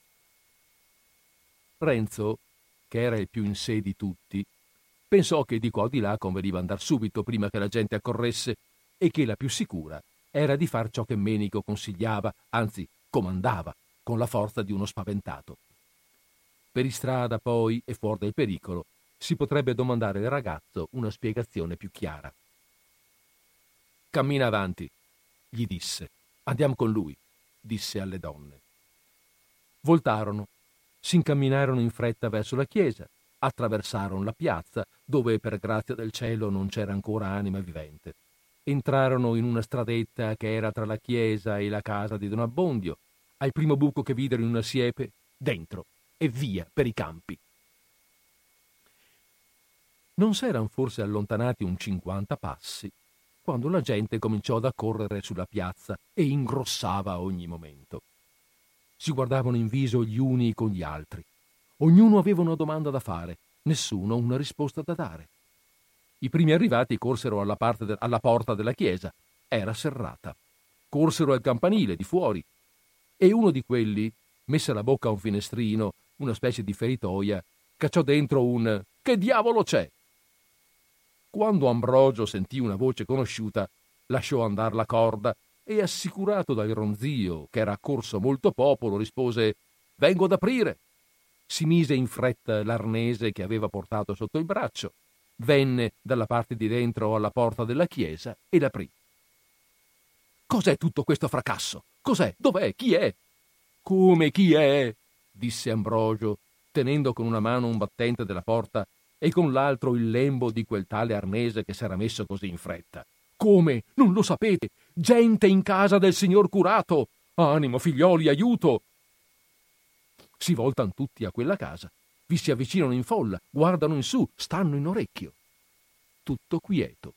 Renzo, che era il più in sé di tutti, pensò che di qua o di là conveniva andar subito prima che la gente accorresse, e che la più sicura era di far ciò che Menico consigliava, anzi comandava, con la forza di uno spaventato. Per istrada poi, e fuori del pericolo, si potrebbe domandare al ragazzo una spiegazione più chiara. «Cammina avanti», gli disse. «Andiamo con lui», disse alle donne. Voltarono, s'incamminarono in fretta verso la chiesa, attraversarono la piazza, dove per grazia del cielo non c'era ancora anima vivente. Entrarono in una stradetta che era tra la chiesa e la casa di Don Abbondio. Al primo buco che videro in una siepe, dentro e via per i campi. Non s'eran forse allontanati un cinquanta passi quando la gente cominciò ad accorrere sulla piazza e ingrossava a ogni momento. Si guardavano in viso gli uni con gli altri. Ognuno aveva una domanda da fare, nessuno una risposta da dare. I primi arrivati corsero alla, parte de- alla porta della chiesa. Era serrata. Corsero al campanile di fuori. E uno di quelli, messa la bocca a un finestrino, una specie di feritoia, cacciò dentro un «Che diavolo c'è?». Quando Ambrogio sentì una voce conosciuta, lasciò andar la corda e, assicurato dal ronzio che era accorso molto popolo, rispose «Vengo ad aprire». Si mise in fretta l'arnese che aveva portato sotto il braccio, venne dalla parte di dentro alla porta della chiesa e l'aprì. «Cos'è tutto questo fracasso? Cos'è? Dov'è? Chi è?» «Come chi è?» disse Ambrogio, tenendo con una mano un battente della porta e con l'altro il lembo di quel tale arnese che s'era messo così in fretta. «Come? Non lo sapete? Gente in casa del signor curato! Animo, figlioli, aiuto!» Si voltan tutti a quella casa, vi si avvicinano in folla, guardano in su, stanno in orecchio. Tutto quieto.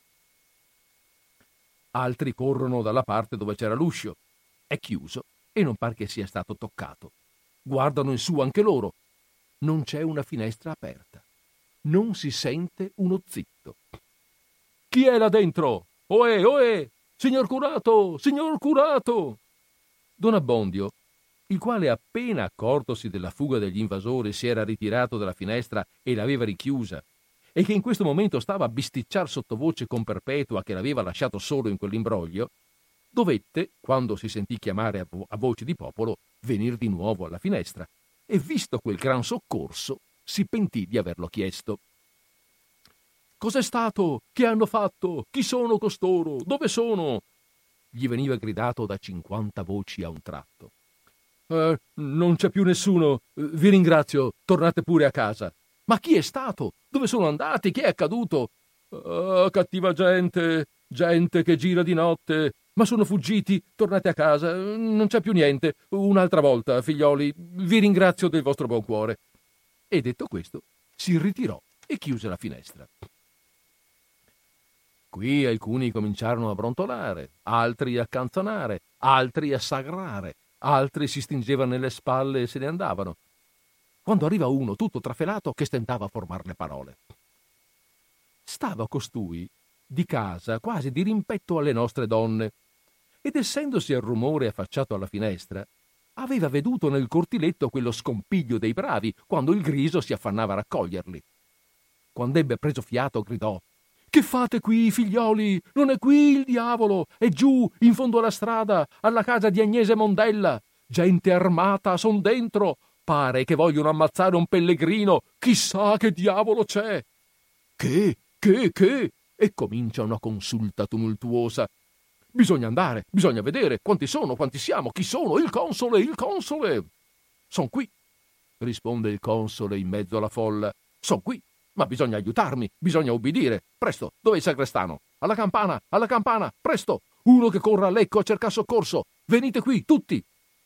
Altri corrono dalla parte dove c'era l'uscio. È chiuso e non par che sia stato toccato. Guardano in su anche loro. Non c'è una finestra aperta. Non si sente uno zitto. «Chi è là dentro? Oè, oè! Signor curato! Signor curato!» Don Abbondio, il quale appena accortosi della fuga degli invasori si era ritirato dalla finestra e l'aveva richiusa, e che in questo momento stava a bisticciar sottovoce con Perpetua che l'aveva lasciato solo in quell'imbroglio, dovette, quando si sentì chiamare a, vo- a voce di popolo, venir di nuovo alla finestra, e visto quel gran soccorso si pentì di averlo chiesto. «Cos'è stato? Che hanno fatto? Chi sono costoro? Dove sono?» Gli veniva gridato da cinquanta voci a un tratto. Eh, «Non c'è più nessuno. Vi ringrazio. Tornate pure a casa.» «Ma chi è stato? Dove sono andati? Che è accaduto?» «Ah, cattiva gente, gente che gira di notte. Ma sono fuggiti. Tornate a casa. Non c'è più niente. Un'altra volta, figlioli. Vi ringrazio del vostro buon cuore.» E detto questo, si ritirò e chiuse la finestra. Qui alcuni cominciarono a brontolare, altri a canzonare, altri a sagrare, altri si stingevano nelle spalle e se ne andavano, quando arriva uno tutto trafelato che stentava a formar le parole. Stava costui di casa quasi di rimpetto alle nostre donne, ed essendosi al rumore affacciato alla finestra, aveva veduto nel cortiletto quello scompiglio dei bravi quando il Griso si affannava a raccoglierli. Quando ebbe preso fiato gridò: «Che fate qui, figlioli? Non è qui il diavolo, è giù, in fondo alla strada, alla casa di Agnese Mondella. Gente armata son dentro, pare che vogliono ammazzare un pellegrino, chissà che diavolo c'è!» «Che? Che? Che?» E comincia una consulta tumultuosa. «Bisogna andare, bisogna vedere quanti sono, quanti siamo, chi sono, il console, il console!» «Son qui», risponde il console in mezzo alla folla. «Son qui, ma bisogna aiutarmi, bisogna ubbidire. Presto, dov'è il sacrestano? Alla campana, alla campana, presto! Uno che corra a Lecco a cercar soccorso! Venite qui, tutti!»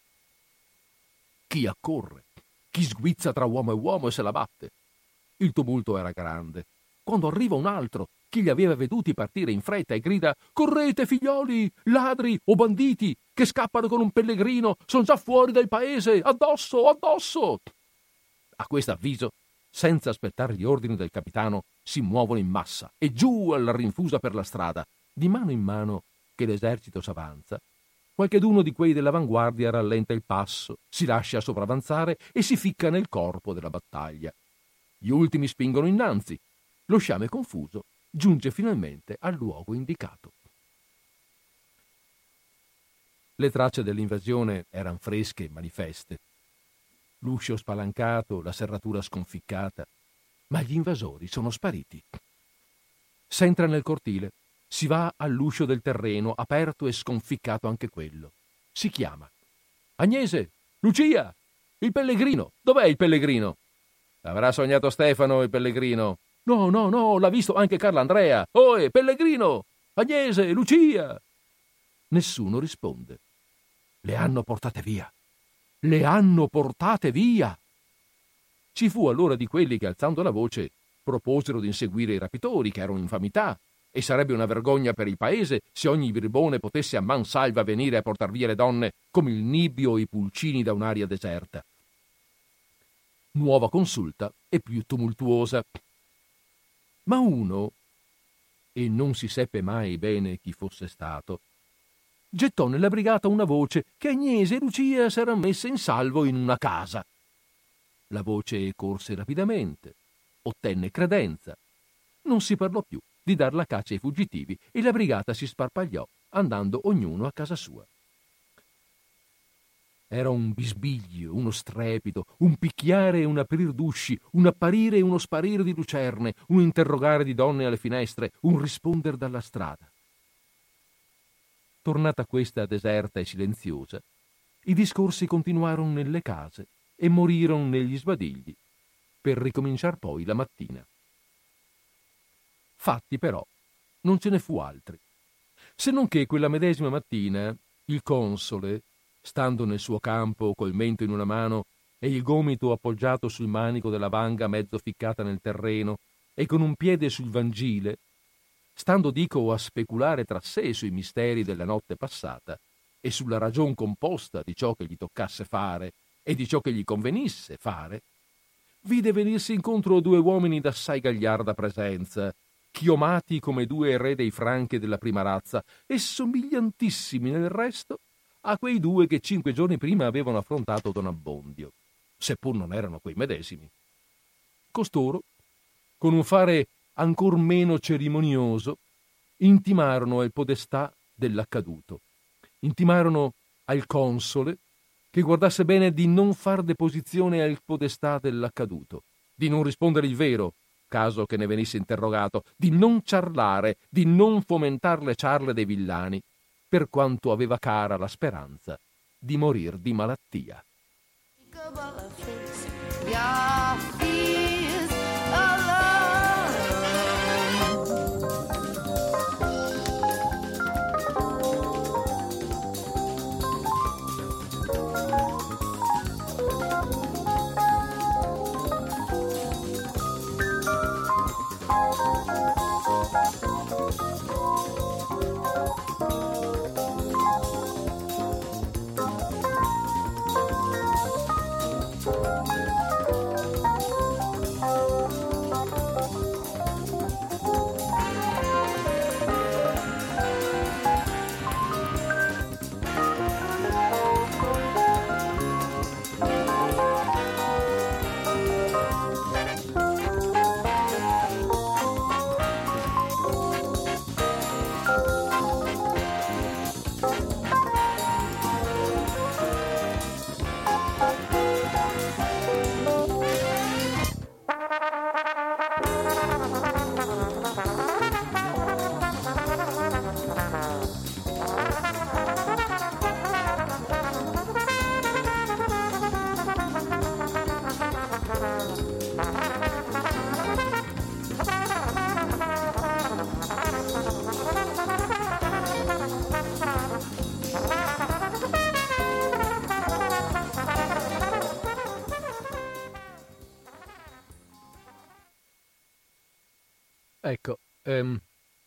Chi accorre, chi sguizza tra uomo e uomo e se la batte. Il tumulto era grande. Quando arriva un altro, chi li aveva veduti partire in fretta e grida: «Correte, figlioli, ladri o banditi, che scappano con un pellegrino, son già fuori dal paese, addosso, addosso!» A questo avviso, senza aspettare gli ordini del capitano, si muovono in massa e giù alla rinfusa per la strada. Di mano in mano che l'esercito s'avanza, qualcheduno di quei dell'avanguardia rallenta il passo, si lascia sopravanzare e si ficca nel corpo della battaglia. Gli ultimi spingono innanzi. Lo sciame confuso giunge finalmente al luogo indicato. Le tracce dell'invasione erano fresche e manifeste. L'uscio spalancato, la serratura sconficcata, ma gli invasori sono spariti. S'entra nel cortile, si va all'uscio del terreno, aperto e sconficcato anche quello. Si chiama: «Agnese! Lucia! Il pellegrino! Dov'è il pellegrino?» «Avrà sognato Stefano, il pellegrino!» «No, no, no, l'ha visto anche Carlandrea! Oe, pellegrino! Agnese! Lucia!» Nessuno risponde. «Le hanno portate via! Le hanno portate via!» Ci fu allora di quelli che, alzando la voce, proposero di inseguire i rapitori, che erano infamità, e sarebbe una vergogna per il paese se ogni birbone potesse a man salva venire a portar via le donne come il nibbio o i pulcini da un'aria deserta. Nuova consulta e più tumultuosa. Ma uno, e non si seppe mai bene chi fosse stato, gettò nella brigata una voce che Agnese e Lucia s'eran messe in salvo in una casa. La voce corse rapidamente, ottenne credenza. Non si parlò più di dar la caccia ai fuggitivi e la brigata si sparpagliò, andando ognuno a casa sua. Era un bisbiglio, uno strepito, un picchiare e un aprir d'usci, un apparire e uno sparire di lucerne, un interrogare di donne alle finestre, un risponder dalla strada. Tornata questa deserta e silenziosa, i discorsi continuarono nelle case e morirono negli sbadigli, per ricominciar poi la mattina. Fatti però non ce ne fu altri, se non che quella medesima mattina il console, stando nel suo campo col mento in una mano e il gomito appoggiato sul manico della vanga mezzo ficcata nel terreno e con un piede sul vangile, stando dico a speculare tra sé sui misteri della notte passata e sulla ragion composta di ciò che gli toccasse fare e di ciò che gli convenisse fare, vide venirsi incontro due uomini d'assai gagliarda presenza, chiomati come due re dei Franchi della prima razza e somigliantissimi nel resto a quei due che cinque giorni prima avevano affrontato Don Abbondio, seppur non erano quei medesimi. Costoro, con un fare ancor meno cerimonioso, intimarono al podestà dell'accaduto, intimarono al console che guardasse bene di non far deposizione al podestà dell'accaduto, di non rispondere il vero, caso che ne venisse interrogato, di non ciarlare, di non fomentar le ciarle dei villani, per quanto aveva cara la speranza di morir di malattia. Ecco, ehm,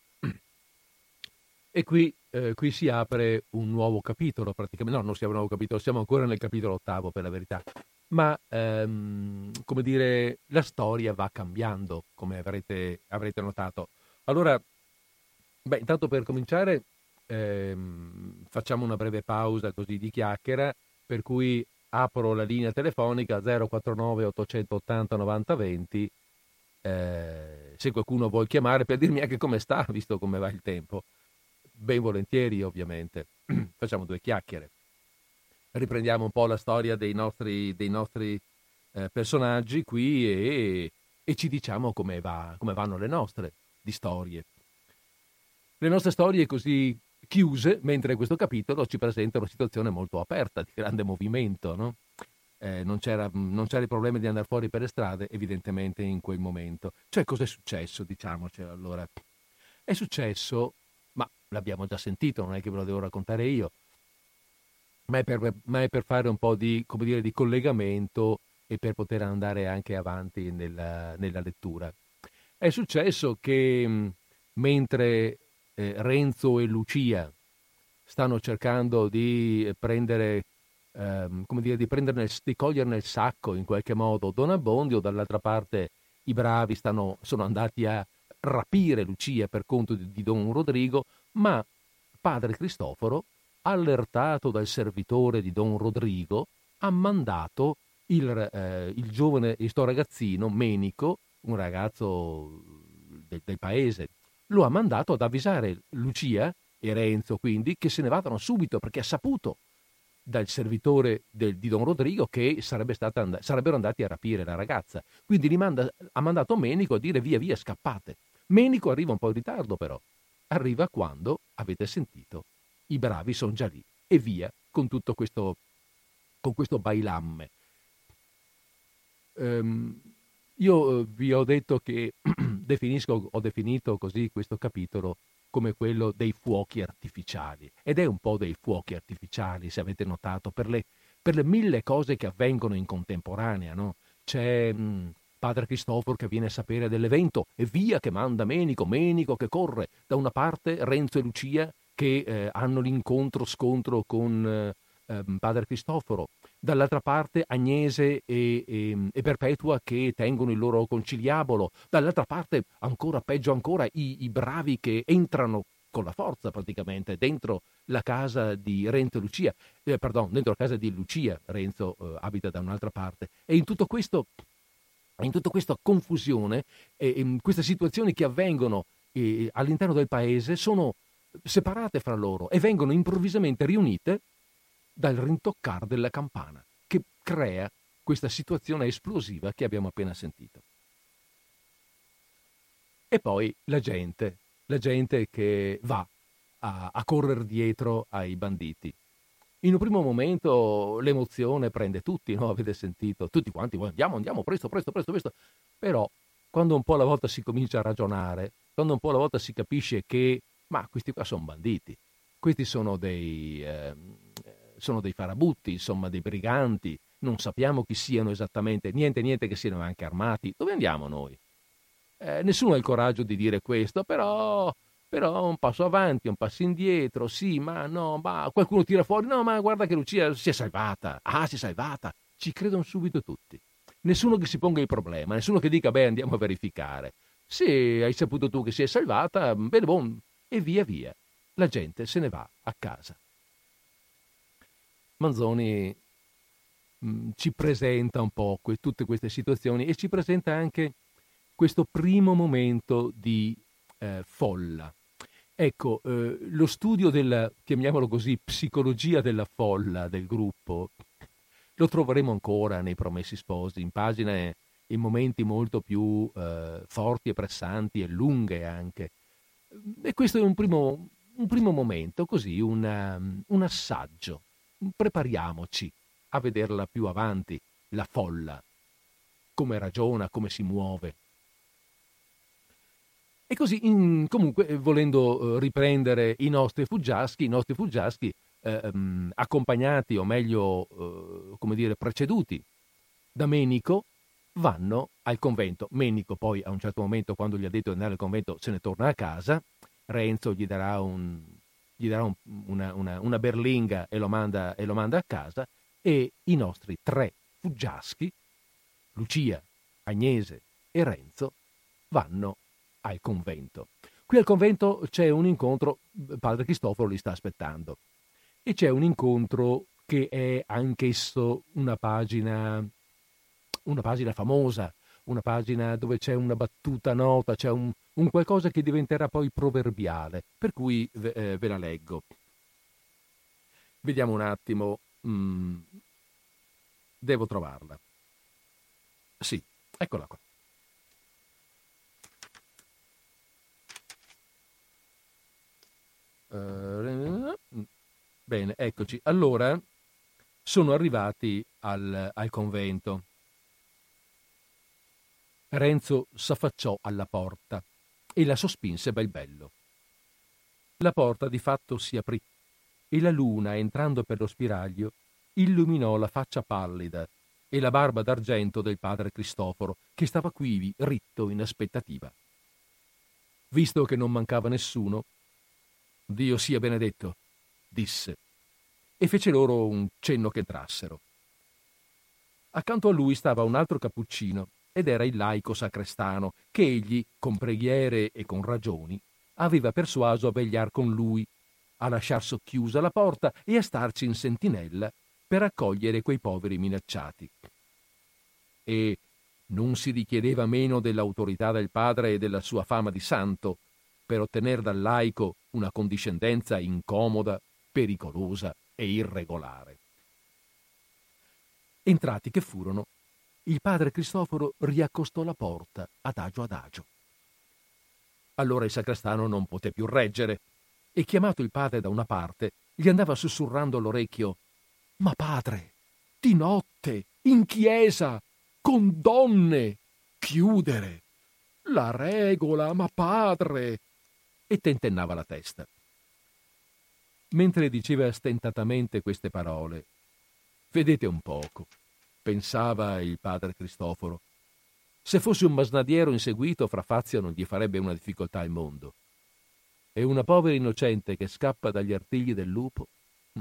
e qui, eh, qui si apre un nuovo capitolo praticamente, no, non si apre un nuovo capitolo, siamo ancora nel capitolo ottavo per la verità, ma ehm, come dire, la storia va cambiando, come avrete, avrete notato. Allora, beh, intanto per cominciare ehm, facciamo una breve pausa così di chiacchiera, per cui apro la linea telefonica zero quattro nove ottocentottanta novanta venti. Eh, se qualcuno vuol chiamare per dirmi anche come sta, visto come va il tempo, ben volentieri ovviamente. Facciamo due chiacchiere, riprendiamo un po' la storia dei nostri, dei nostri eh, personaggi qui e, e ci diciamo come, va, come vanno le nostre di storie. Le nostre storie così chiuse, mentre questo capitolo ci presenta una situazione molto aperta, di grande movimento, no? Eh, non, c'era, non c'era il problema di andare fuori per le strade, evidentemente, in quel momento. Cioè, cosa è successo, diciamoci allora? È successo, ma l'abbiamo già sentito, non è che ve lo devo raccontare io, ma è per, ma è per fare un po' di, come dire, di collegamento e per poter andare anche avanti nella, nella lettura. È successo che mh, mentre eh, Renzo e Lucia stanno cercando di prendere Ehm, come dire, di prendere nel, di cogliere nel sacco in qualche modo Don Abbondio, dall'altra parte i bravi stanno, sono andati a rapire Lucia per conto di, di Don Rodrigo, ma padre Cristoforo, allertato dal servitore di Don Rodrigo, ha mandato il, eh, il giovane, il sto ragazzino Menico, un ragazzo del, del paese, lo ha mandato ad avvisare Lucia e Renzo, quindi, che se ne vadano subito, perché ha saputo dal servitore del, di Don Rodrigo che sarebbe stata and- sarebbero andati a rapire la ragazza. Quindi li manda, ha mandato Menico a dire via via, scappate. Menico arriva un po' in ritardo, però. Arriva quando, avete sentito, i bravi sono già lì. E via con tutto questo, con questo bailamme. Um, io eh, vi ho detto che definisco, ho definito così questo capitolo come quello dei fuochi artificiali, ed è un po' dei fuochi artificiali, se avete notato, per le, per le mille cose che avvengono in contemporanea, no? C'è mh, padre Cristoforo che viene a sapere dell'evento e via che manda Menico, Menico che corre, da una parte Renzo e Lucia che eh, hanno l'incontro scontro con eh, eh, padre Cristoforo, dall'altra parte Agnese e, e, e Perpetua che tengono il loro conciliabolo, dall'altra parte ancora peggio ancora i, i bravi che entrano con la forza praticamente dentro la casa di Renzo e Lucia, eh, pardon, dentro la casa di Lucia, Renzo eh, abita da un'altra parte, e in tutto questo, in tutta questa confusione, eh, in queste situazioni che avvengono eh, all'interno del paese sono separate fra loro e vengono improvvisamente riunite dal rintoccare della campana, che crea questa situazione esplosiva che abbiamo appena sentito. E poi la gente, la gente che va a, a correre dietro ai banditi. In un primo momento l'emozione prende tutti, no? Avete sentito? Tutti quanti, andiamo, andiamo, presto, presto, presto, presto. Però, quando un po' alla volta si comincia a ragionare, quando un po' alla volta si capisce che, ma questi qua sono banditi, questi sono dei... Eh, sono dei farabutti, insomma dei briganti, non sappiamo chi siano esattamente, niente niente che siano anche armati. Dove andiamo noi? Eh, nessuno ha il coraggio di dire questo, però, però un passo avanti, un passo indietro, sì, ma no, ma qualcuno tira fuori, no, ma guarda che Lucia si è salvata, ah, si è salvata, ci credono subito tutti. Nessuno che si ponga il problema, nessuno che dica, beh, andiamo a verificare. Se hai saputo tu che si è salvata, bene, buon, e via via. La gente se ne va a casa. Manzoni mh, ci presenta un po' que- tutte queste situazioni e ci presenta anche questo primo momento di eh, folla. Ecco, eh, lo studio della, chiamiamolo così, psicologia della folla del gruppo, lo troveremo ancora nei Promessi Sposi, in pagine, in momenti molto più eh, forti e pressanti e lunghe anche. E questo è un primo, un primo momento, così, una, un assaggio. Prepariamoci a vederla più avanti, la folla, come ragiona, come si muove. E così, in, comunque, volendo eh, riprendere i nostri fuggiaschi, i nostri fuggiaschi eh, mh, accompagnati, o meglio, eh, come dire, preceduti da Menico, vanno al convento. Menico poi a un certo momento, quando gli ha detto di andare al convento, se ne torna a casa. Renzo gli darà, un, gli darà un, una, una, una berlinga e lo, manda, e lo manda a casa, e i nostri tre fuggiaschi, Lucia, Agnese e Renzo, vanno al convento. Qui al convento c'è un incontro, padre Cristoforo li sta aspettando, e c'è un incontro che è anch'esso una pagina, una pagina famosa, una pagina dove c'è una battuta nota, c'è un, un qualcosa che diventerà poi proverbiale, per cui ve, eh, ve la leggo. Vediamo un attimo, mm, devo trovarla. Sì, eccola qua. Uh, bene, eccoci. Allora, sono arrivati al, al convento. Renzo s'affacciò alla porta e la sospinse bel bello. La porta di fatto si aprì e la luna, entrando per lo spiraglio, illuminò la faccia pallida e la barba d'argento del padre Cristoforo, che stava quivi ritto in aspettativa. Visto che non mancava nessuno, Dio sia benedetto, disse, e fece loro un cenno che entrassero. Accanto a lui stava un altro cappuccino, ed era il laico sacrestano, che egli, con preghiere e con ragioni, aveva persuaso a vegliar con lui, a lasciar socchiusa la porta e a starci in sentinella per accogliere quei poveri minacciati. E non si richiedeva meno dell'autorità del padre e della sua fama di santo per ottener dal laico una condiscendenza incomoda, pericolosa e irregolare. Entrati che furono, il padre Cristoforo riaccostò la porta adagio adagio. Allora il sacrestano non poté più reggere e, chiamato il padre da una parte, gli andava sussurrando all'orecchio: «Ma padre, di notte, in chiesa, con donne, chiudere! La regola, ma padre!» e tentennava la testa. Mentre diceva stentatamente queste parole, «Vedete un poco», pensava il padre Cristoforo, «se fosse un masnadiero inseguito, fra Fazio non gli farebbe una difficoltà al mondo. E una povera innocente che scappa dagli artigli del lupo? Hm.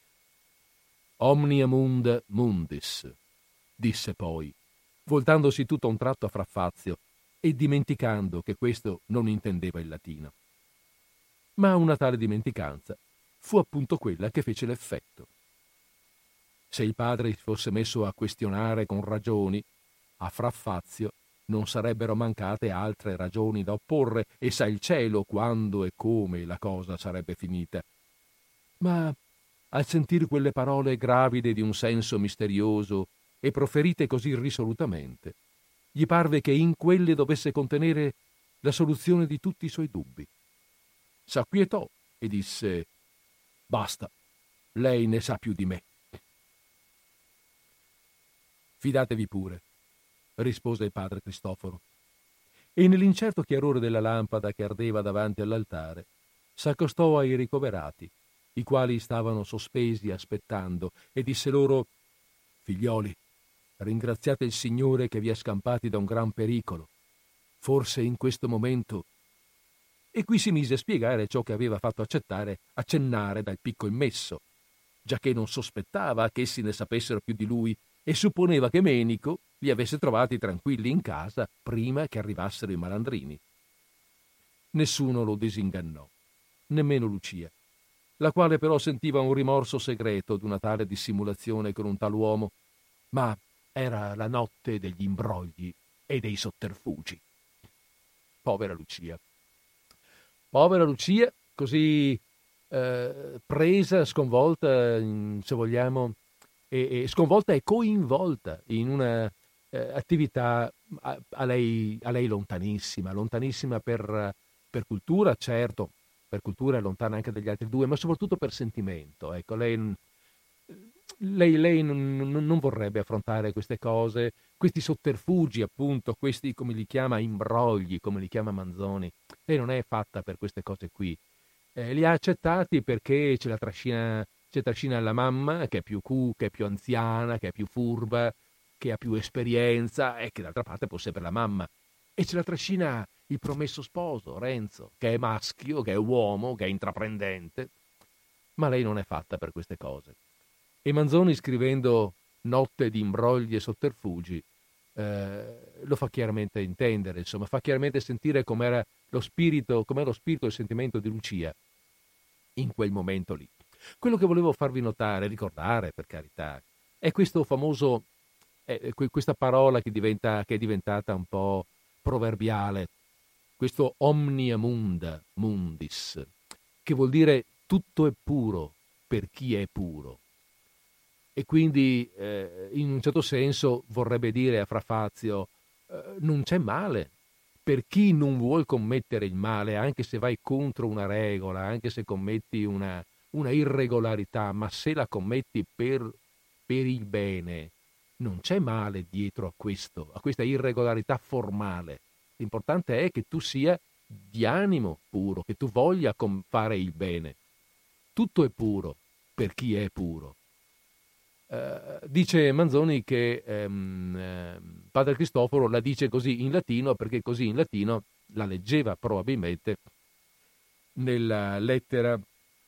Omnia munda mundis», disse poi, voltandosi tutto a un tratto a fra Fazio e dimenticando che questo non intendeva il latino. Ma una tale dimenticanza fu appunto quella che fece l'effetto. Se il padre si fosse messo a questionare con ragioni, a fra Fazio non sarebbero mancate altre ragioni da opporre, e sa il cielo quando e come la cosa sarebbe finita. Ma al sentir quelle parole gravide di un senso misterioso e proferite così risolutamente, gli parve che in quelle dovesse contenere la soluzione di tutti i suoi dubbi. S'acquietò e disse: «Basta, lei ne sa più di me». «Fidatevi pure», rispose il padre Cristoforo, e nell'incerto chiarore della lampada che ardeva davanti all'altare s'accostò ai ricoverati, i quali stavano sospesi aspettando, e disse loro: «Figlioli, ringraziate il Signore che vi ha scampati da un gran pericolo. Forse in questo momento...» E qui si mise a spiegare ciò che aveva fatto accettare, accennare dal picco immesso, giacché non sospettava che essi ne sapessero più di lui e supponeva che Menico li avesse trovati tranquilli in casa prima che arrivassero i malandrini. Nessuno lo disingannò, nemmeno Lucia, la quale però sentiva un rimorso segreto d'una tale dissimulazione con un tal uomo, ma era la notte degli imbrogli e dei sotterfugi. Povera Lucia. Povera Lucia, così eh, presa, sconvolta, se vogliamo, e, e sconvolta e coinvolta in una eh, attività a, a, lei, a lei lontanissima, lontanissima per, per cultura, certo, per cultura è lontana anche dagli altri due, ma soprattutto per sentimento. Ecco, lei, lei, lei non, non vorrebbe affrontare queste cose, questi sotterfugi, appunto, questi, come li chiama, imbrogli, come li chiama Manzoni. Lei non è fatta per queste cose qui. Eh, li ha accettati perché ce la trascina, ce la trascina la mamma, che è più cu, che è più anziana, che è più furba, che ha più esperienza e che d'altra parte può sempre la mamma. E ce la trascina il promesso sposo, Renzo, che è maschio, che è uomo, che è intraprendente. Ma lei non è fatta per queste cose. E Manzoni, scrivendo Notte di imbrogli e sotterfugi, eh, lo fa chiaramente intendere, insomma, fa chiaramente sentire com'era lo spirito, com'era lo spirito e il sentimento di Lucia in quel momento lì. Quello che volevo farvi notare, ricordare per carità, è questo famoso, è questa parola che, diventa, che è diventata un po' proverbiale, questo omnia munda, mundis, che vuol dire tutto è puro per chi è puro. E quindi eh, in un certo senso vorrebbe dire a Fra Fazio, eh, non c'è male per chi non vuol commettere il male, anche se vai contro una regola, anche se commetti una, una irregolarità, ma se la commetti per, per il bene, non c'è male dietro a questo, a questa irregolarità formale. L'importante è che tu sia di animo puro, che tu voglia com- fare il bene. Tutto è puro per chi è puro. Uh, dice Manzoni che um, uh, Padre Cristoforo la dice così in latino perché così in latino la leggeva probabilmente nella lettera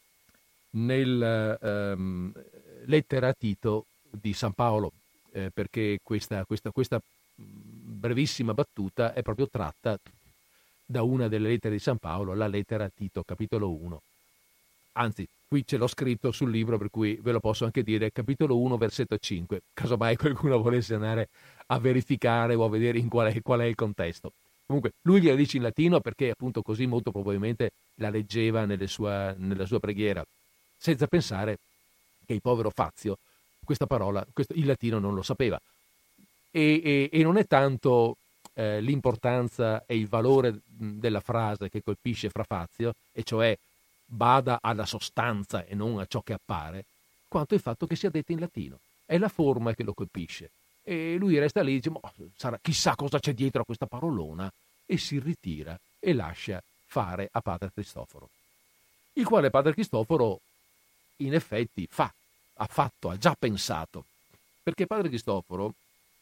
nel um, lettera a Tito di San Paolo, eh, perché questa, questa, questa brevissima battuta è proprio tratta da una delle lettere di San Paolo, la lettera a Tito, capitolo uno. Anzi, qui ce l'ho scritto sul libro, per cui ve lo posso anche dire, capitolo uno, versetto cinque, casomai qualcuno volesse andare a verificare o a vedere in qual è, qual è il contesto. Comunque, lui gliela dice in latino perché appunto così molto probabilmente la leggeva nelle sua, nella sua preghiera, senza pensare che il povero Fazio questa parola, questo, il latino non lo sapeva. E, e, e non è tanto eh, l'importanza e il valore della frase che colpisce Fra Fazio, e cioè bada alla sostanza e non a ciò che appare, quanto il fatto che sia detta in latino. È la forma che lo colpisce. E lui resta lì e dice, sarà, chissà cosa c'è dietro a questa parolona, e si ritira e lascia fare a Padre Cristoforo. Il quale Padre Cristoforo in effetti fa, ha fatto, ha già pensato. Perché Padre Cristoforo,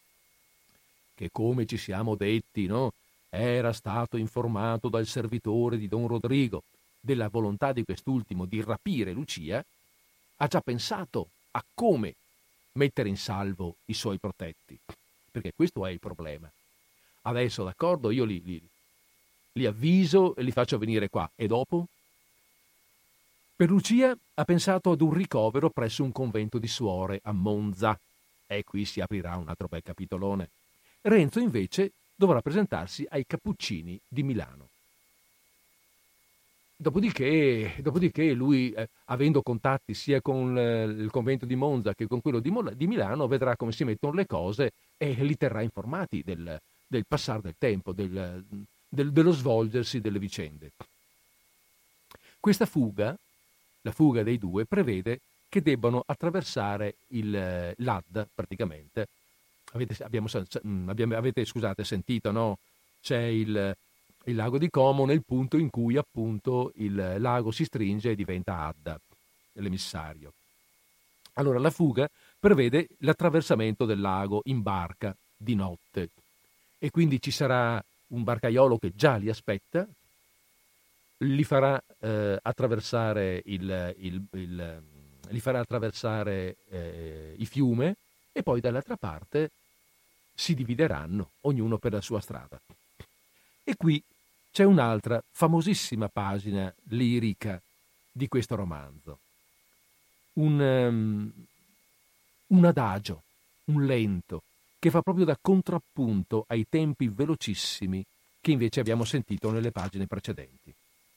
che come ci siamo detti, no, era stato informato dal servitore di Don Rodrigo della volontà di quest'ultimo di rapire Lucia, ha già pensato a come mettere in salvo i suoi protetti, perché questo è il problema. Adesso, d'accordo, io li, li, li avviso e li faccio venire qua, e dopo? Per Lucia ha pensato ad un ricovero presso un convento di suore a Monza, e qui si aprirà un altro bel capitolone. Renzo invece dovrà presentarsi ai Cappuccini di Milano. Dopodiché, dopodiché lui, eh, avendo contatti sia con eh, il convento di Monza che con quello di, Mol- di Milano, vedrà come si mettono le cose e li terrà informati del, del passare del tempo, del, del, dello svolgersi delle vicende. Questa fuga, la fuga dei due, prevede che debbano attraversare il, l'Adda, praticamente. Avete, abbiamo, abbiamo, avete scusate, sentito, no? C'è il... il lago di Como nel punto in cui appunto il lago si stringe e diventa Adda, l'emissario. Allora la fuga prevede l'attraversamento del lago in barca di notte, e quindi ci sarà un barcaiolo che già li aspetta, li farà eh, attraversare il, il, il li farà attraversare eh, il fiume, e poi dall'altra parte si divideranno, ognuno per la sua strada. E qui c'è un'altra famosissima pagina lirica di questo romanzo. Un, um, un adagio, un lento, che fa proprio da contrappunto ai tempi velocissimi che invece abbiamo sentito nelle pagine precedenti.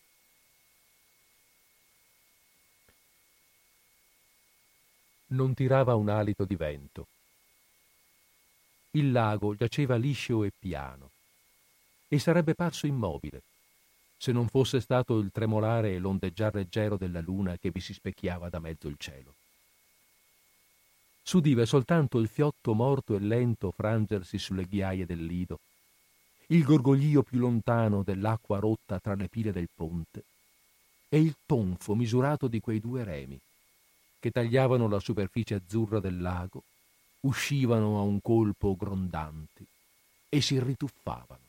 Non tirava un alito di vento. Il lago giaceva liscio e piano, e sarebbe parso immobile se non fosse stato il tremolare e l'ondeggiar leggero della luna che vi si specchiava da mezzo il cielo. S'udiva soltanto il fiotto morto e lento frangersi sulle ghiaie del lido, il gorgoglio più lontano dell'acqua rotta tra le pile del ponte e il tonfo misurato di quei due remi che tagliavano la superficie azzurra del lago uscivano a un colpo grondanti e si rituffavano.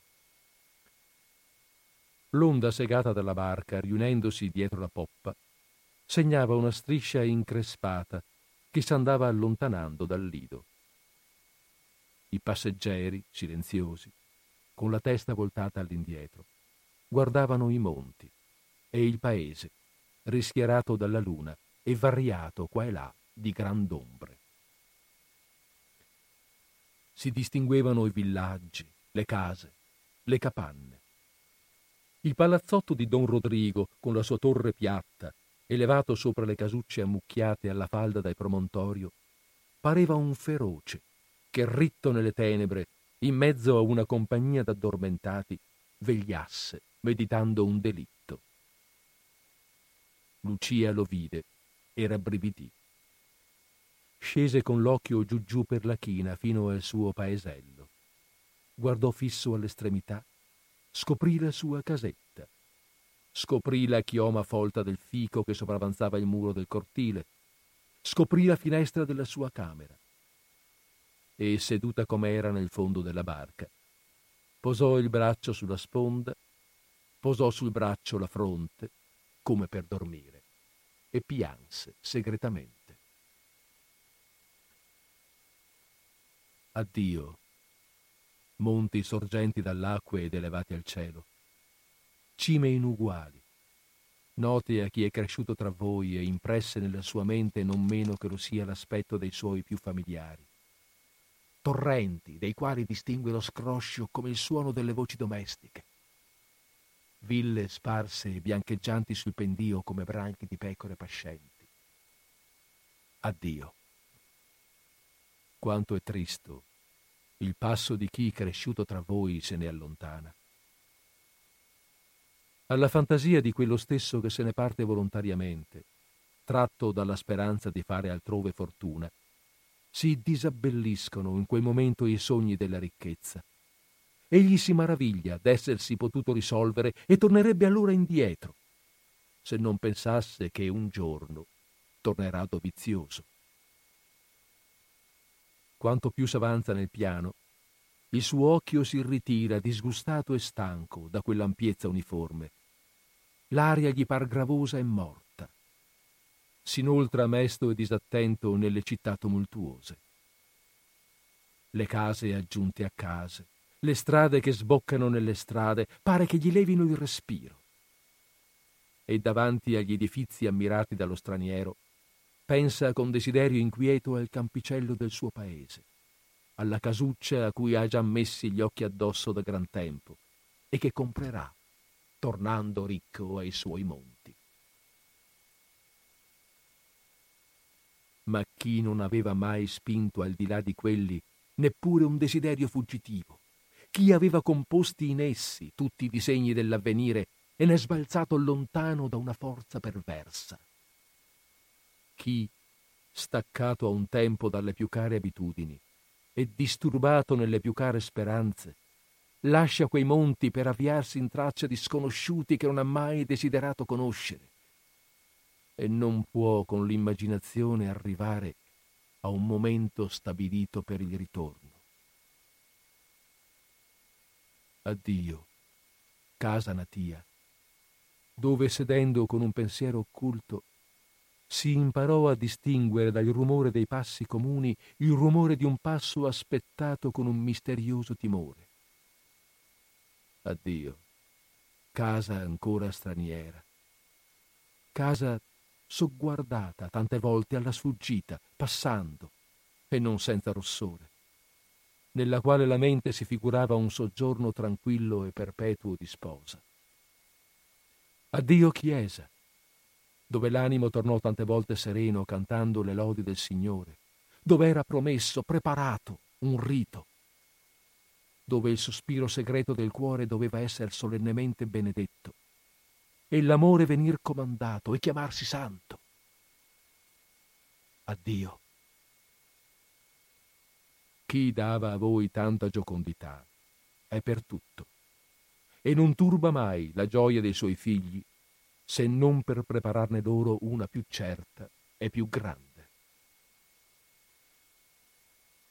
L'onda segata dalla barca, riunendosi dietro la poppa, segnava una striscia increspata che s'andava allontanando dal lido. I passeggeri, silenziosi, con la testa voltata all'indietro, guardavano i monti e il paese, rischiarato dalla luna e variato qua e là di grand'ombre. Si distinguevano i villaggi, le case, le capanne. Il palazzotto di Don Rodrigo, con la sua torre piatta, elevato sopra le casucce ammucchiate alla falda del promontorio, pareva un feroce che, ritto nelle tenebre, in mezzo a una compagnia d'addormentati, vegliasse, meditando un delitto. Lucia lo vide e rabbrividì. Scese con l'occhio giù giù per la china fino al suo paesello. Guardò fisso all'estremità, scoprì la sua casetta, scoprì la chioma folta del fico che sopravanzava il muro del cortile, scoprì la finestra della sua camera e, seduta com'era nel fondo della barca, posò il braccio sulla sponda, posò sul braccio la fronte, come per dormire, e pianse segretamente. Addio, monti sorgenti dall'acqua ed elevati al cielo, cime inuguali, note a chi è cresciuto tra voi e impresse nella sua mente non meno che lo sia l'aspetto dei suoi più familiari, torrenti dei quali distingue lo scroscio come il suono delle voci domestiche, ville sparse e biancheggianti sul pendio come branchi di pecore pascenti. Addio. Quanto è tristo il passo di chi cresciuto tra voi se ne allontana. Alla fantasia di quello stesso che se ne parte volontariamente, tratto dalla speranza di fare altrove fortuna, si disabbelliscono in quel momento i sogni della ricchezza. Egli si maraviglia d'essersi potuto risolvere e tornerebbe allora indietro, se non pensasse che un giorno tornerà dovizioso. Quanto più s'avanza nel piano, il suo occhio si ritira disgustato e stanco da quell'ampiezza uniforme. L'aria gli par gravosa e morta. S'inoltra mesto e disattento nelle città tumultuose. Le case aggiunte a case, le strade che sboccano nelle strade, pare che gli levino il respiro. E davanti agli edifizi ammirati dallo straniero, pensa con desiderio inquieto al campicello del suo paese, alla casuccia a cui ha già messi gli occhi addosso da gran tempo e che comprerà, tornando ricco ai suoi monti. Ma chi non aveva mai spinto al di là di quelli neppure un desiderio fuggitivo, chi aveva composti in essi tutti i disegni dell'avvenire e ne sbalzato lontano da una forza perversa? Chi, staccato a un tempo dalle più care abitudini e disturbato nelle più care speranze, lascia quei monti per avviarsi in traccia di sconosciuti che non ha mai desiderato conoscere e non può con l'immaginazione arrivare a un momento stabilito per il ritorno. Addio, casa natia, dove sedendo con un pensiero occulto si imparò a distinguere dal rumore dei passi comuni il rumore di un passo aspettato con un misterioso timore. Addio, casa ancora straniera, casa sogguardata tante volte alla sfuggita, passando, e non senza rossore, nella quale la mente si figurava un soggiorno tranquillo e perpetuo di sposa. Addio chiesa, dove l'animo tornò tante volte sereno cantando le lodi del Signore, dove era promesso, preparato, un rito, dove il sospiro segreto del cuore doveva essere solennemente benedetto e l'amore venir comandato e chiamarsi santo. Addio. Chi dava a voi tanta giocondità è per tutto e non turba mai la gioia dei suoi figli se non per prepararne loro una più certa e più grande.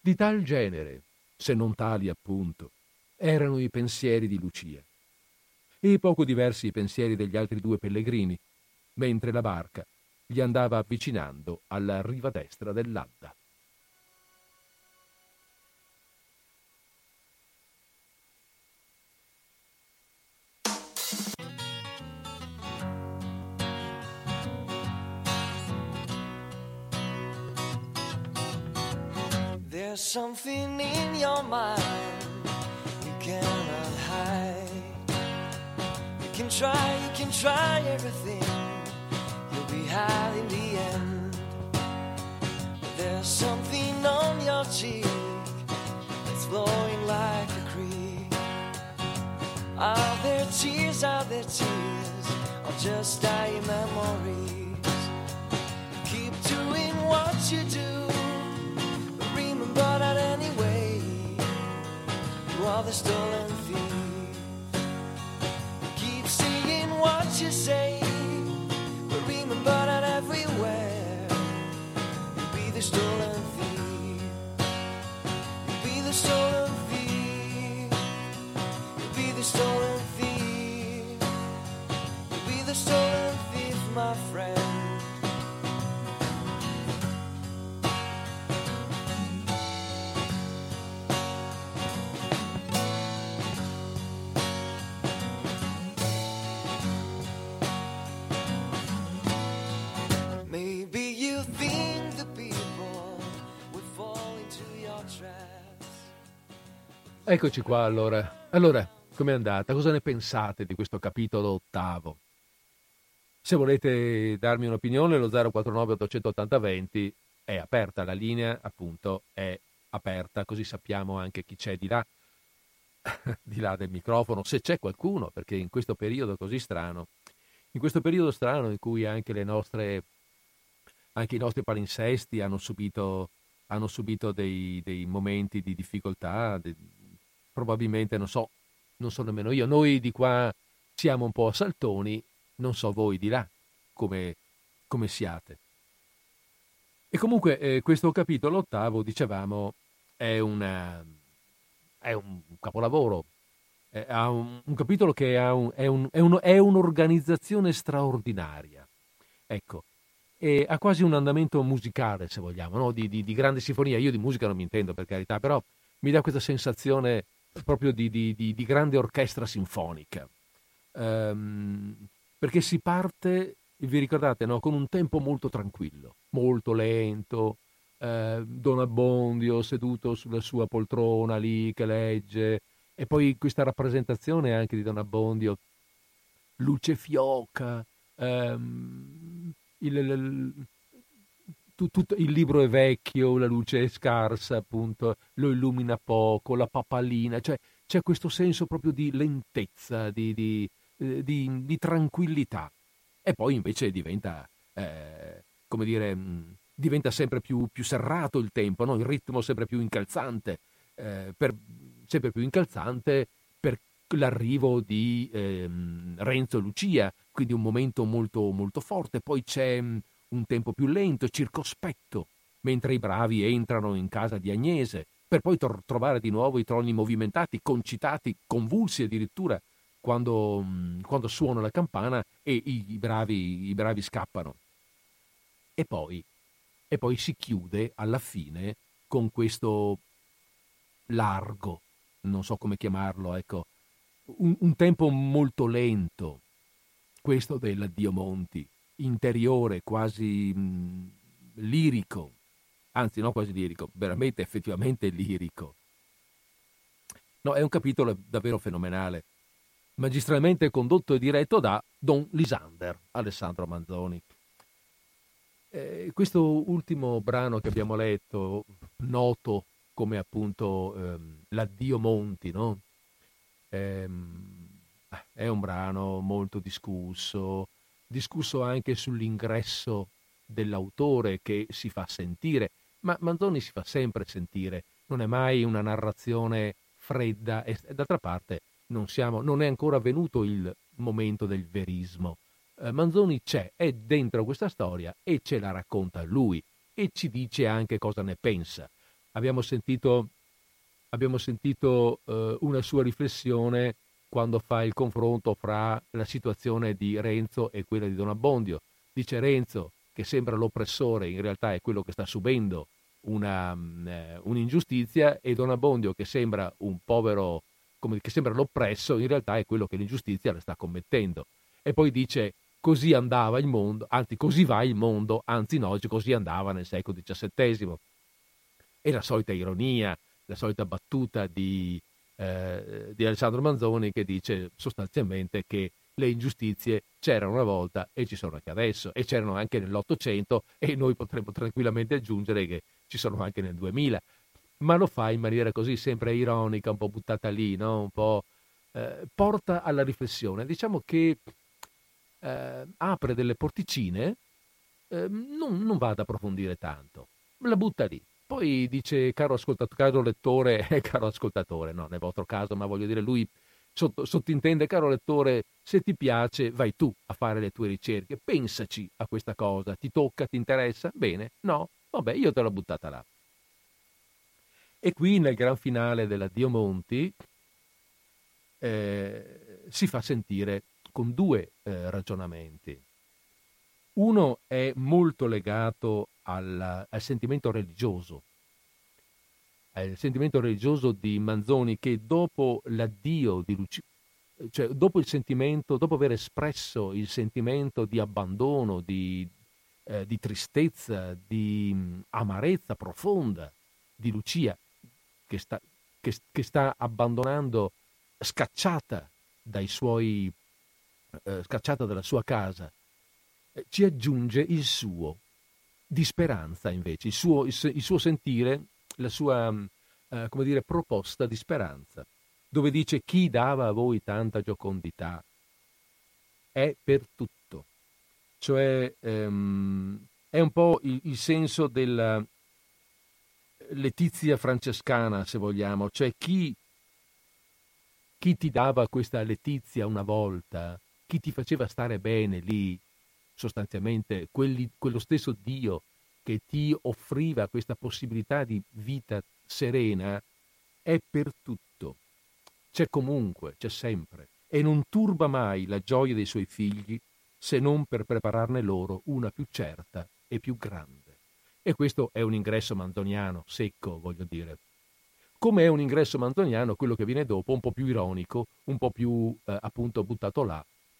Di tal genere, se non tali appunto, erano i pensieri di Lucia, e poco diversi i pensieri degli altri due pellegrini, mentre la barca gli andava avvicinando alla riva destra dell'Adda. There's something in your mind you cannot hide. You can try, you can try everything, you'll be high in the end. But there's something on your cheek that's flowing like a creek. Are there tears, are there tears, or just dying memories? Keep doing what you do, but not anyway, you are the stolen thief. Keep saying what you say, but remember that everywhere, you'll be the stolen thief. You'll be the stolen thief. You'll be the stolen thief. You'll be the stolen thief, my friend. Eccoci qua allora. Allora, com'è andata? Cosa ne pensate di questo capitolo ottavo? Se volete darmi un'opinione, lo zero quattro nove otto otto zero venti è aperta, la linea appunto è aperta, così sappiamo anche chi c'è di là, di là del microfono, se c'è qualcuno, perché in questo periodo così strano, in questo periodo strano in cui anche le nostre, anche i nostri palinsesti hanno subito, hanno subito dei, dei momenti di difficoltà, de, probabilmente non so, non so nemmeno io, noi di qua siamo un po' a saltoni, non so voi di là come, come siate. E comunque eh, questo capitolo ottavo, dicevamo, è, una, è un capolavoro, è un, un capitolo che ha un, è, un, è, un, è un'organizzazione straordinaria, ecco, e ha quasi un andamento musicale, se vogliamo, no? di, di, di grande sinfonia. Io di musica non mi intendo, per carità, però mi dà questa sensazione proprio di, di, di, di grande orchestra sinfonica, um, perché si parte, vi ricordate, no? Con un tempo molto tranquillo, molto lento, eh, Don Abbondio seduto sulla sua poltrona lì che legge, e poi questa rappresentazione anche di Don Abbondio, luce fioca, ehm, il, il, tu, tutto, il libro è vecchio, la luce è scarsa, appunto, lo illumina poco, la papalina, cioè c'è questo senso proprio di lentezza, di, di, eh, di, di tranquillità. E poi invece diventa, eh, come dire, mh, diventa sempre più, più serrato il tempo, no? Il ritmo sempre più incalzante, eh, per, sempre più incalzante per l'arrivo di ehm, Renzo e Lucia, quindi un momento molto, molto forte. Poi c'è mh, un tempo più lento, circospetto, mentre i bravi entrano in casa di Agnese, per poi tor- trovare di nuovo i troni movimentati, concitati, convulsi addirittura, quando, mh, quando suona la campana e i, i, bravi, i bravi scappano. E poi, e poi si chiude alla fine con questo largo, non so come chiamarlo, ecco, un, un tempo molto lento, questo dell'Addio Monti, interiore, quasi mh, lirico, anzi no quasi lirico, veramente effettivamente lirico. No, è un capitolo davvero fenomenale, magistralmente condotto e diretto da Don Lisander, Alessandro Manzoni. Eh, questo ultimo brano che abbiamo letto, noto come appunto ehm, l'Addio Monti, no? Ehm, è un brano molto discusso, discusso anche sull'ingresso dell'autore che si fa sentire, ma Manzoni si fa sempre sentire, non è mai una narrazione fredda e, e d'altra parte non, siamo, non è ancora venuto il momento del verismo. Eh, Manzoni c'è, è dentro questa storia e ce la racconta lui e ci dice anche cosa ne pensa. abbiamo sentito, abbiamo sentito eh, una sua riflessione quando fa il confronto fra la situazione di Renzo e quella di Don Abbondio. Dice Renzo che sembra l'oppressore, in realtà è quello che sta subendo una, eh, un'ingiustizia, e Don Abbondio che sembra un povero, come che sembra l'oppresso, in realtà è quello che l'ingiustizia la sta commettendo. E poi dice così andava il mondo, anzi così va il mondo, anzi no, così andava nel secolo diciassettesimo. E la solita ironia, la solita battuta di, eh, di Alessandro Manzoni, che dice sostanzialmente che le ingiustizie c'erano una volta e ci sono anche adesso, e c'erano anche nell'Ottocento, e noi potremmo tranquillamente aggiungere che ci sono anche nel duemila, ma lo fa in maniera così sempre ironica, un po' buttata lì, no? Un po' eh, porta alla riflessione. Diciamo che eh, apre delle porticine, eh, non, non va ad approfondire tanto, la butta lì. Poi dice, caro ascoltatore, caro lettore, eh, caro ascoltatore, no, nel vostro caso, ma voglio dire, lui sotto, sottintende, caro lettore, se ti piace vai tu a fare le tue ricerche, pensaci a questa cosa, ti tocca, ti interessa? Bene, no? Vabbè, io te l'ho buttata là. E qui nel gran finale dell'Addio Monti eh, si fa sentire con due eh, ragionamenti. Uno è molto legato al, al sentimento religioso, al sentimento religioso di Manzoni, che dopo l'addio di Lucia, cioè dopo il sentimento, dopo aver espresso il sentimento di abbandono, di, eh, di tristezza, di mh, amarezza profonda di Lucia, che sta, che, che sta abbandonando, scacciata dai suoi, eh, scacciata dalla sua casa, eh, ci aggiunge il suo di speranza, invece, il suo, il, il suo sentire, la sua, eh, come dire, proposta di speranza, dove dice: chi dava a voi tanta giocondità è per tutto. Cioè ehm, è un po' il, il senso della letizia francescana, se vogliamo, cioè chi, chi ti dava questa letizia una volta, chi ti faceva stare bene lì, sostanzialmente quelli, quello stesso Dio che ti offriva questa possibilità di vita serena, è per tutto, c'è comunque, c'è sempre, e non turba mai la gioia dei suoi figli, se non per prepararne loro una più certa e più grande. E questo è un ingresso manzoniano, secco, voglio dire. Come è un ingresso manzoniano quello che viene dopo, un po' più ironico, un po' più eh, appunto buttato là,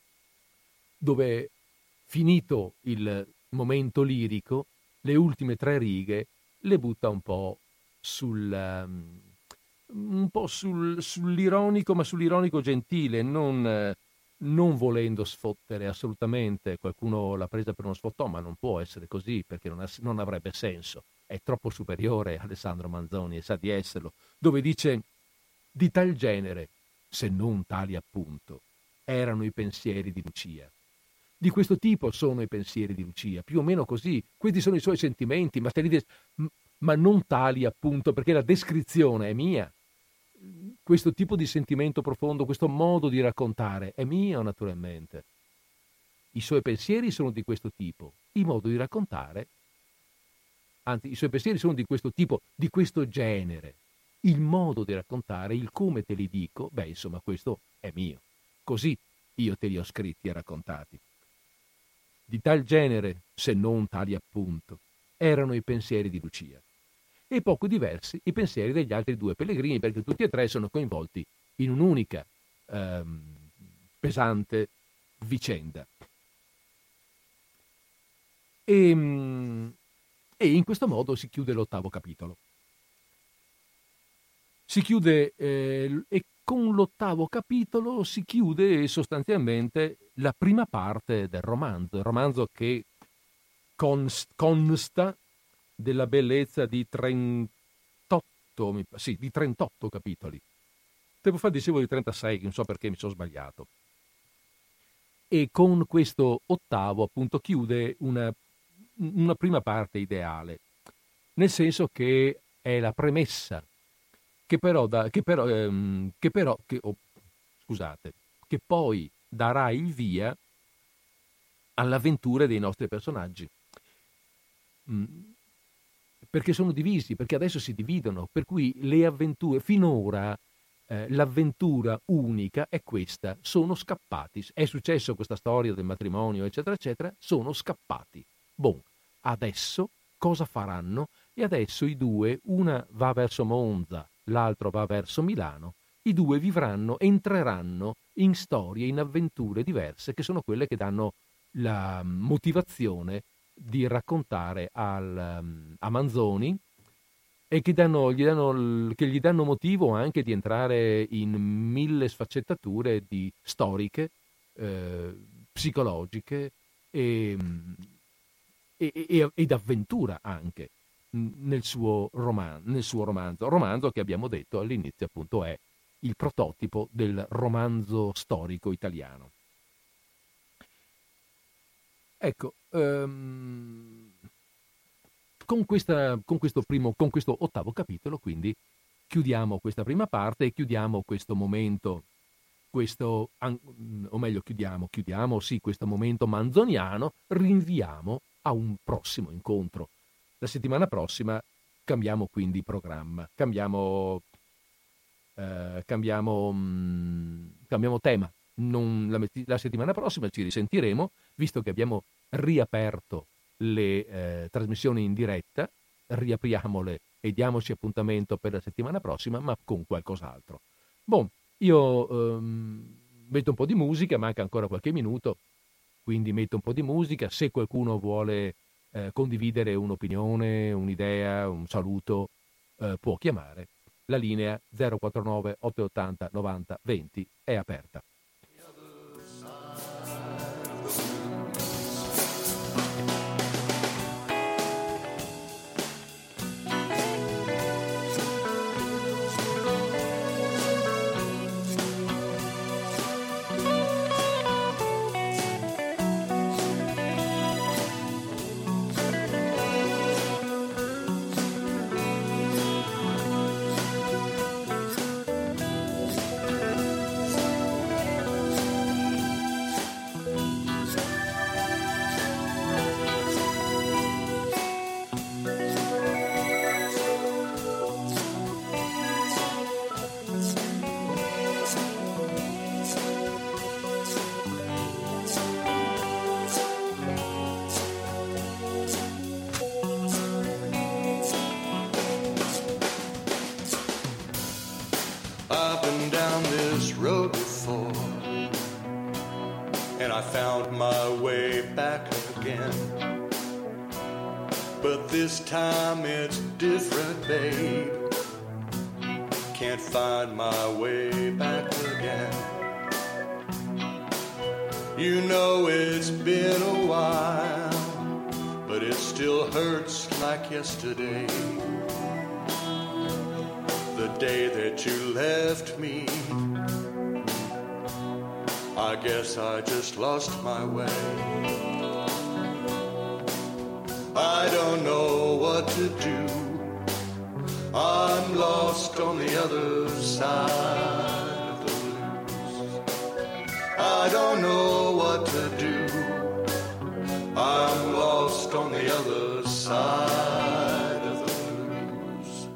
dove, finito il momento lirico, le ultime tre righe le butta un po' sul um, un po' sul, sull'ironico, ma sull'ironico gentile, non, eh, non volendo sfottere assolutamente. Qualcuno l'ha presa per uno sfottò, ma non può essere così, perché non, ha, non avrebbe senso. È troppo superiore Alessandro Manzoni e sa di esserlo, dove dice: di tal genere, se non tali appunto, erano i pensieri di Lucia. Di questo tipo sono i pensieri di Lucia, più o meno così. Questi sono i suoi sentimenti, ma, te li de- ma non tali appunto, perché la descrizione è mia. Questo tipo di sentimento profondo, questo modo di raccontare è mio, naturalmente. I suoi pensieri sono di questo tipo, il modo di raccontare, anzi, i suoi pensieri sono di questo tipo, di questo genere. Il modo di raccontare, il come te li dico, beh, insomma, questo è mio. Così io te li ho scritti e raccontati. Di tal genere, se non tali appunto, erano i pensieri di Lucia. E poco diversi i pensieri degli altri due pellegrini, perché tutti e tre sono coinvolti in un'unica ehm, pesante vicenda. E, e in questo modo si chiude l'ottavo capitolo. Si chiude eh, e con l'ottavo capitolo si chiude sostanzialmente la prima parte del romanzo, il romanzo che consta della bellezza di trentotto, sì, di trentotto capitoli. Tempo fa dicevo di trentasei, non so perché mi sono sbagliato. E con questo ottavo appunto chiude una, una prima parte ideale, nel senso che è la premessa che però, da, che però, ehm, che però che, oh, scusate, che poi darà il via all'avventura dei nostri personaggi. Mm. perché sono divisi, perché adesso si dividono, per cui le avventure, finora eh, l'avventura unica è questa, sono scappati, è successo questa storia del matrimonio, eccetera, eccetera, sono scappati. Bon, adesso cosa faranno? E adesso i due, una va verso Monza, l'altro va verso Milano, i due vivranno, entreranno in storie, in avventure diverse, che sono quelle che danno la motivazione di raccontare al, a Manzoni e che, danno, gli danno, che gli danno motivo anche di entrare in mille sfaccettature di storiche, eh, psicologiche e, e, e, ed avventura anche nel suo, roman- nel suo romanzo, romanzo che abbiamo detto all'inizio appunto è il prototipo del romanzo storico italiano. Ecco, um, con, questa, con, questo primo, con questo ottavo capitolo, quindi, chiudiamo questa prima parte e chiudiamo questo momento, questo, o meglio, chiudiamo, chiudiamo, sì, questo momento manzoniano, rinviamo a un prossimo incontro. La settimana prossima cambiamo quindi programma, cambiamo, eh, cambiamo, mh, cambiamo tema. Non, la, la settimana prossima ci risentiremo, visto che abbiamo riaperto le eh, trasmissioni in diretta, riapriamole e diamoci appuntamento per la settimana prossima, ma con qualcos'altro. Bon, io ehm, metto un po' di musica, manca ancora qualche minuto, quindi metto un po' di musica. Se qualcuno vuole eh, condividere un'opinione, un'idea, un saluto, eh, può chiamare. La linea zero quattro nove otto otto zero novanta venti è aperta. I've been down this road before, and I found my way back again. But this time it's different, babe. Can't find my way back again. You know it's been a while, but it still hurts like yesterday. The day that you left me, I guess I just lost my way. I don't know what to do. I'm lost on the other side of the blues. I don't know what to do. I'm lost on the other side of the blues.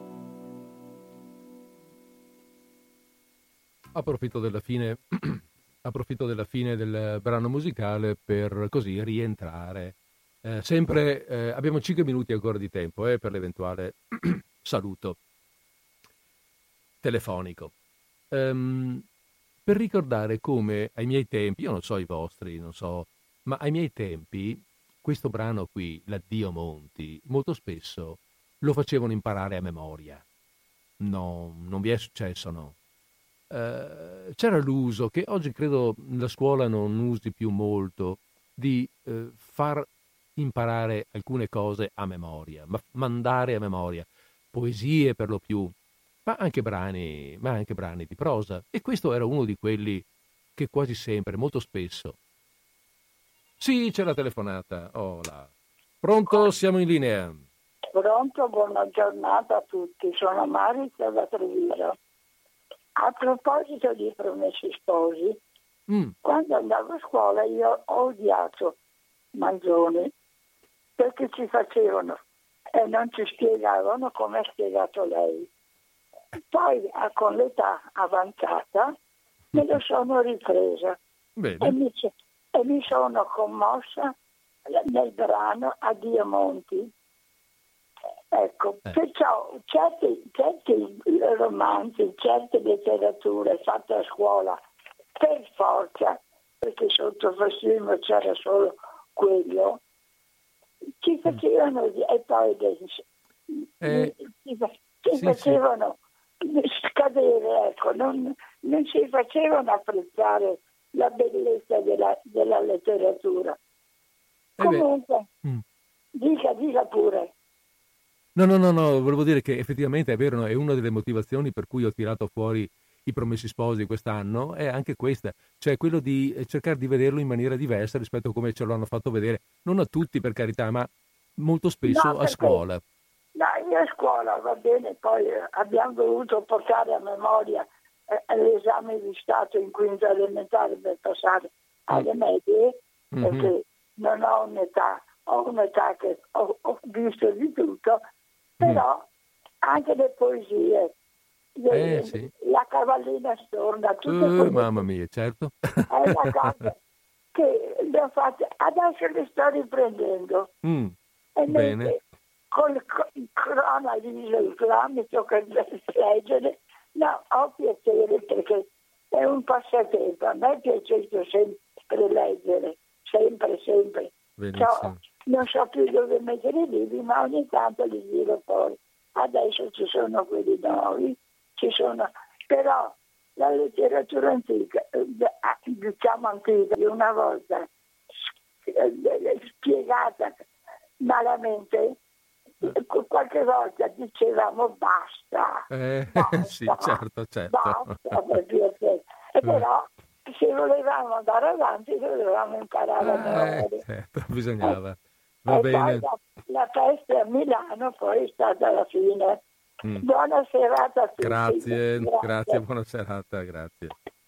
Approfitto della fine approfitto della fine del brano musicale per così rientrare. Eh, sempre eh, abbiamo cinque minuti ancora di tempo eh, per l'eventuale saluto telefonico. Um, per ricordare come ai miei tempi, io non so i vostri, non so, ma ai miei tempi questo brano qui, l'Addio Monti, molto spesso lo facevano imparare a memoria. No, non vi è successo, no? Uh, c'era l'uso, che oggi credo la scuola non usi più molto, di uh, far imparare alcune cose a memoria, ma mandare a memoria poesie per lo più, ma anche brani, ma anche brani di prosa. E questo era uno di quelli che quasi sempre, molto spesso. Sì, c'è la telefonata. Oh là. Pronto? Siamo in linea. Pronto, buona giornata a tutti. Sono Maritza da Treviso. A proposito di Promessi Sposi, mm. quando andavo a scuola io ho odiato Manzoni perché ci facevano e non ci spiegavano come ha spiegato lei. Poi con l'età avanzata me lo sono ripresa Bene. e mi, e mi sono commossa nel brano Addio Monti. Ecco, Eh. perciò certi, certi romanzi, certe letterature fatte a scuola per forza, perché sotto fascismo c'era solo quello, ci facevano e poi Eh, ci, ci sì, facevano scadere, ecco, non, non si facevano apprezzare la bellezza della, della letteratura. Eh beh. Comunque, Mm. dica, dica pure. No, no, no, no, volevo dire che effettivamente è vero, no? È una delle motivazioni per cui ho tirato fuori I Promessi Sposi quest'anno, è anche questa, cioè quello di cercare di vederlo in maniera diversa rispetto a come ce l'hanno fatto vedere, non a tutti per carità, ma molto spesso No, a perché- scuola. No, io a scuola va bene, poi eh, abbiamo dovuto portare a memoria eh, l'esame di Stato in quinta elementare per passare alle medie, Mhm. perché non ho un'età, ho un'età che ho, ho visto di tutto, però anche le poesie, le- Eh, sì. la cavallina storna, tutte Eh, quelle mamma mia, certo. è una cosa che le ho fatte, adesso le sto riprendendo. Mm, E bene. mentre col cronaviso, il mi tocca leggere, no, ho piacere perché è un passatempo. A me piace sempre leggere, sempre, sempre. Benissimo. So, non so più dove mettere i libri, ma ogni tanto li giro fuori. Adesso ci sono quelli nuovi, ci sono, però la letteratura antica, eh, diciamo antica, di una volta eh, spiegata malamente, qualche volta dicevamo basta, Eh, basta, sì, certo, certo. basta, per piacere. E però se volevamo andare avanti dovevamo imparare a Eh, memoria. certo, bisognava. Va E bene. poi la, la festa a Milano poi è stata la fine. Mm. Buona serata a tutti. Grazie, grazie, buona serata, grazie.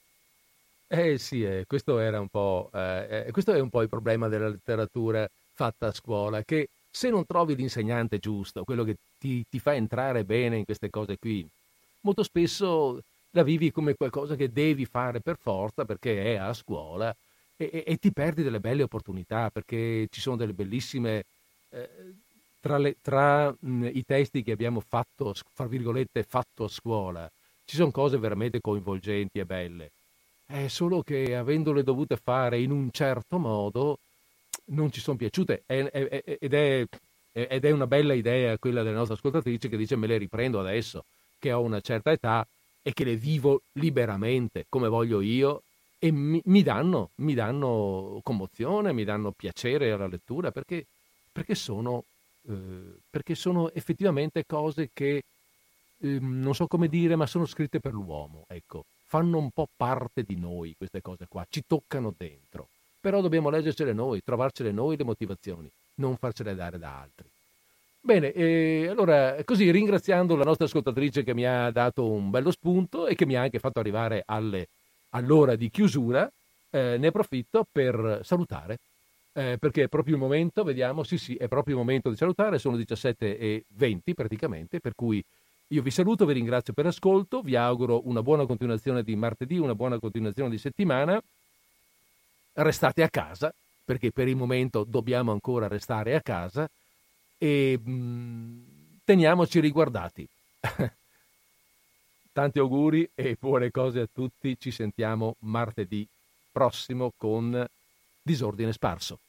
Eh sì, eh, questo era un po', eh, eh, questo è un po' il problema della letteratura fatta a scuola, che se non trovi l'insegnante giusto, quello che ti, ti fa entrare bene in queste cose qui, molto spesso la vivi come qualcosa che devi fare per forza perché è a scuola e, e- e ti perdi delle belle opportunità perché ci sono delle bellissime... eh, tra, le- tra, mh, i testi che abbiamo fatto, fra virgolette, fatto a scuola, ci sono cose veramente coinvolgenti e belle. È solo che avendole dovute fare in un certo modo non ci sono piaciute. È- è- è- ed, è, ed è una bella idea quella della nostra ascoltatrice che dice me le riprendo adesso che ho una certa età e che le vivo liberamente come voglio io e mi, mi danno, mi danno commozione, mi danno piacere alla lettura perché, perché sono eh, perché sono effettivamente cose che eh, non so come dire, ma sono scritte per l'uomo, ecco, fanno un po' parte di noi queste cose qua, ci toccano dentro, però dobbiamo leggercele noi, trovarcele noi le motivazioni, non farcele dare da altri. Bene, e allora così ringraziando la nostra ascoltatrice che mi ha dato un bello spunto e che mi ha anche fatto arrivare alle, all'ora di chiusura, eh, ne approfitto per salutare. Eh, perché è proprio il momento, vediamo, sì sì, è proprio il momento di salutare, sono diciassette e venti praticamente, per cui io vi saluto, vi ringrazio per l'ascolto, vi auguro una buona continuazione di martedì, una buona continuazione di settimana, restate a casa, perché per il momento dobbiamo ancora restare a casa e mh, teniamoci riguardati. Tanti auguri e buone cose a tutti, ci sentiamo martedì prossimo con Disordine Sparso.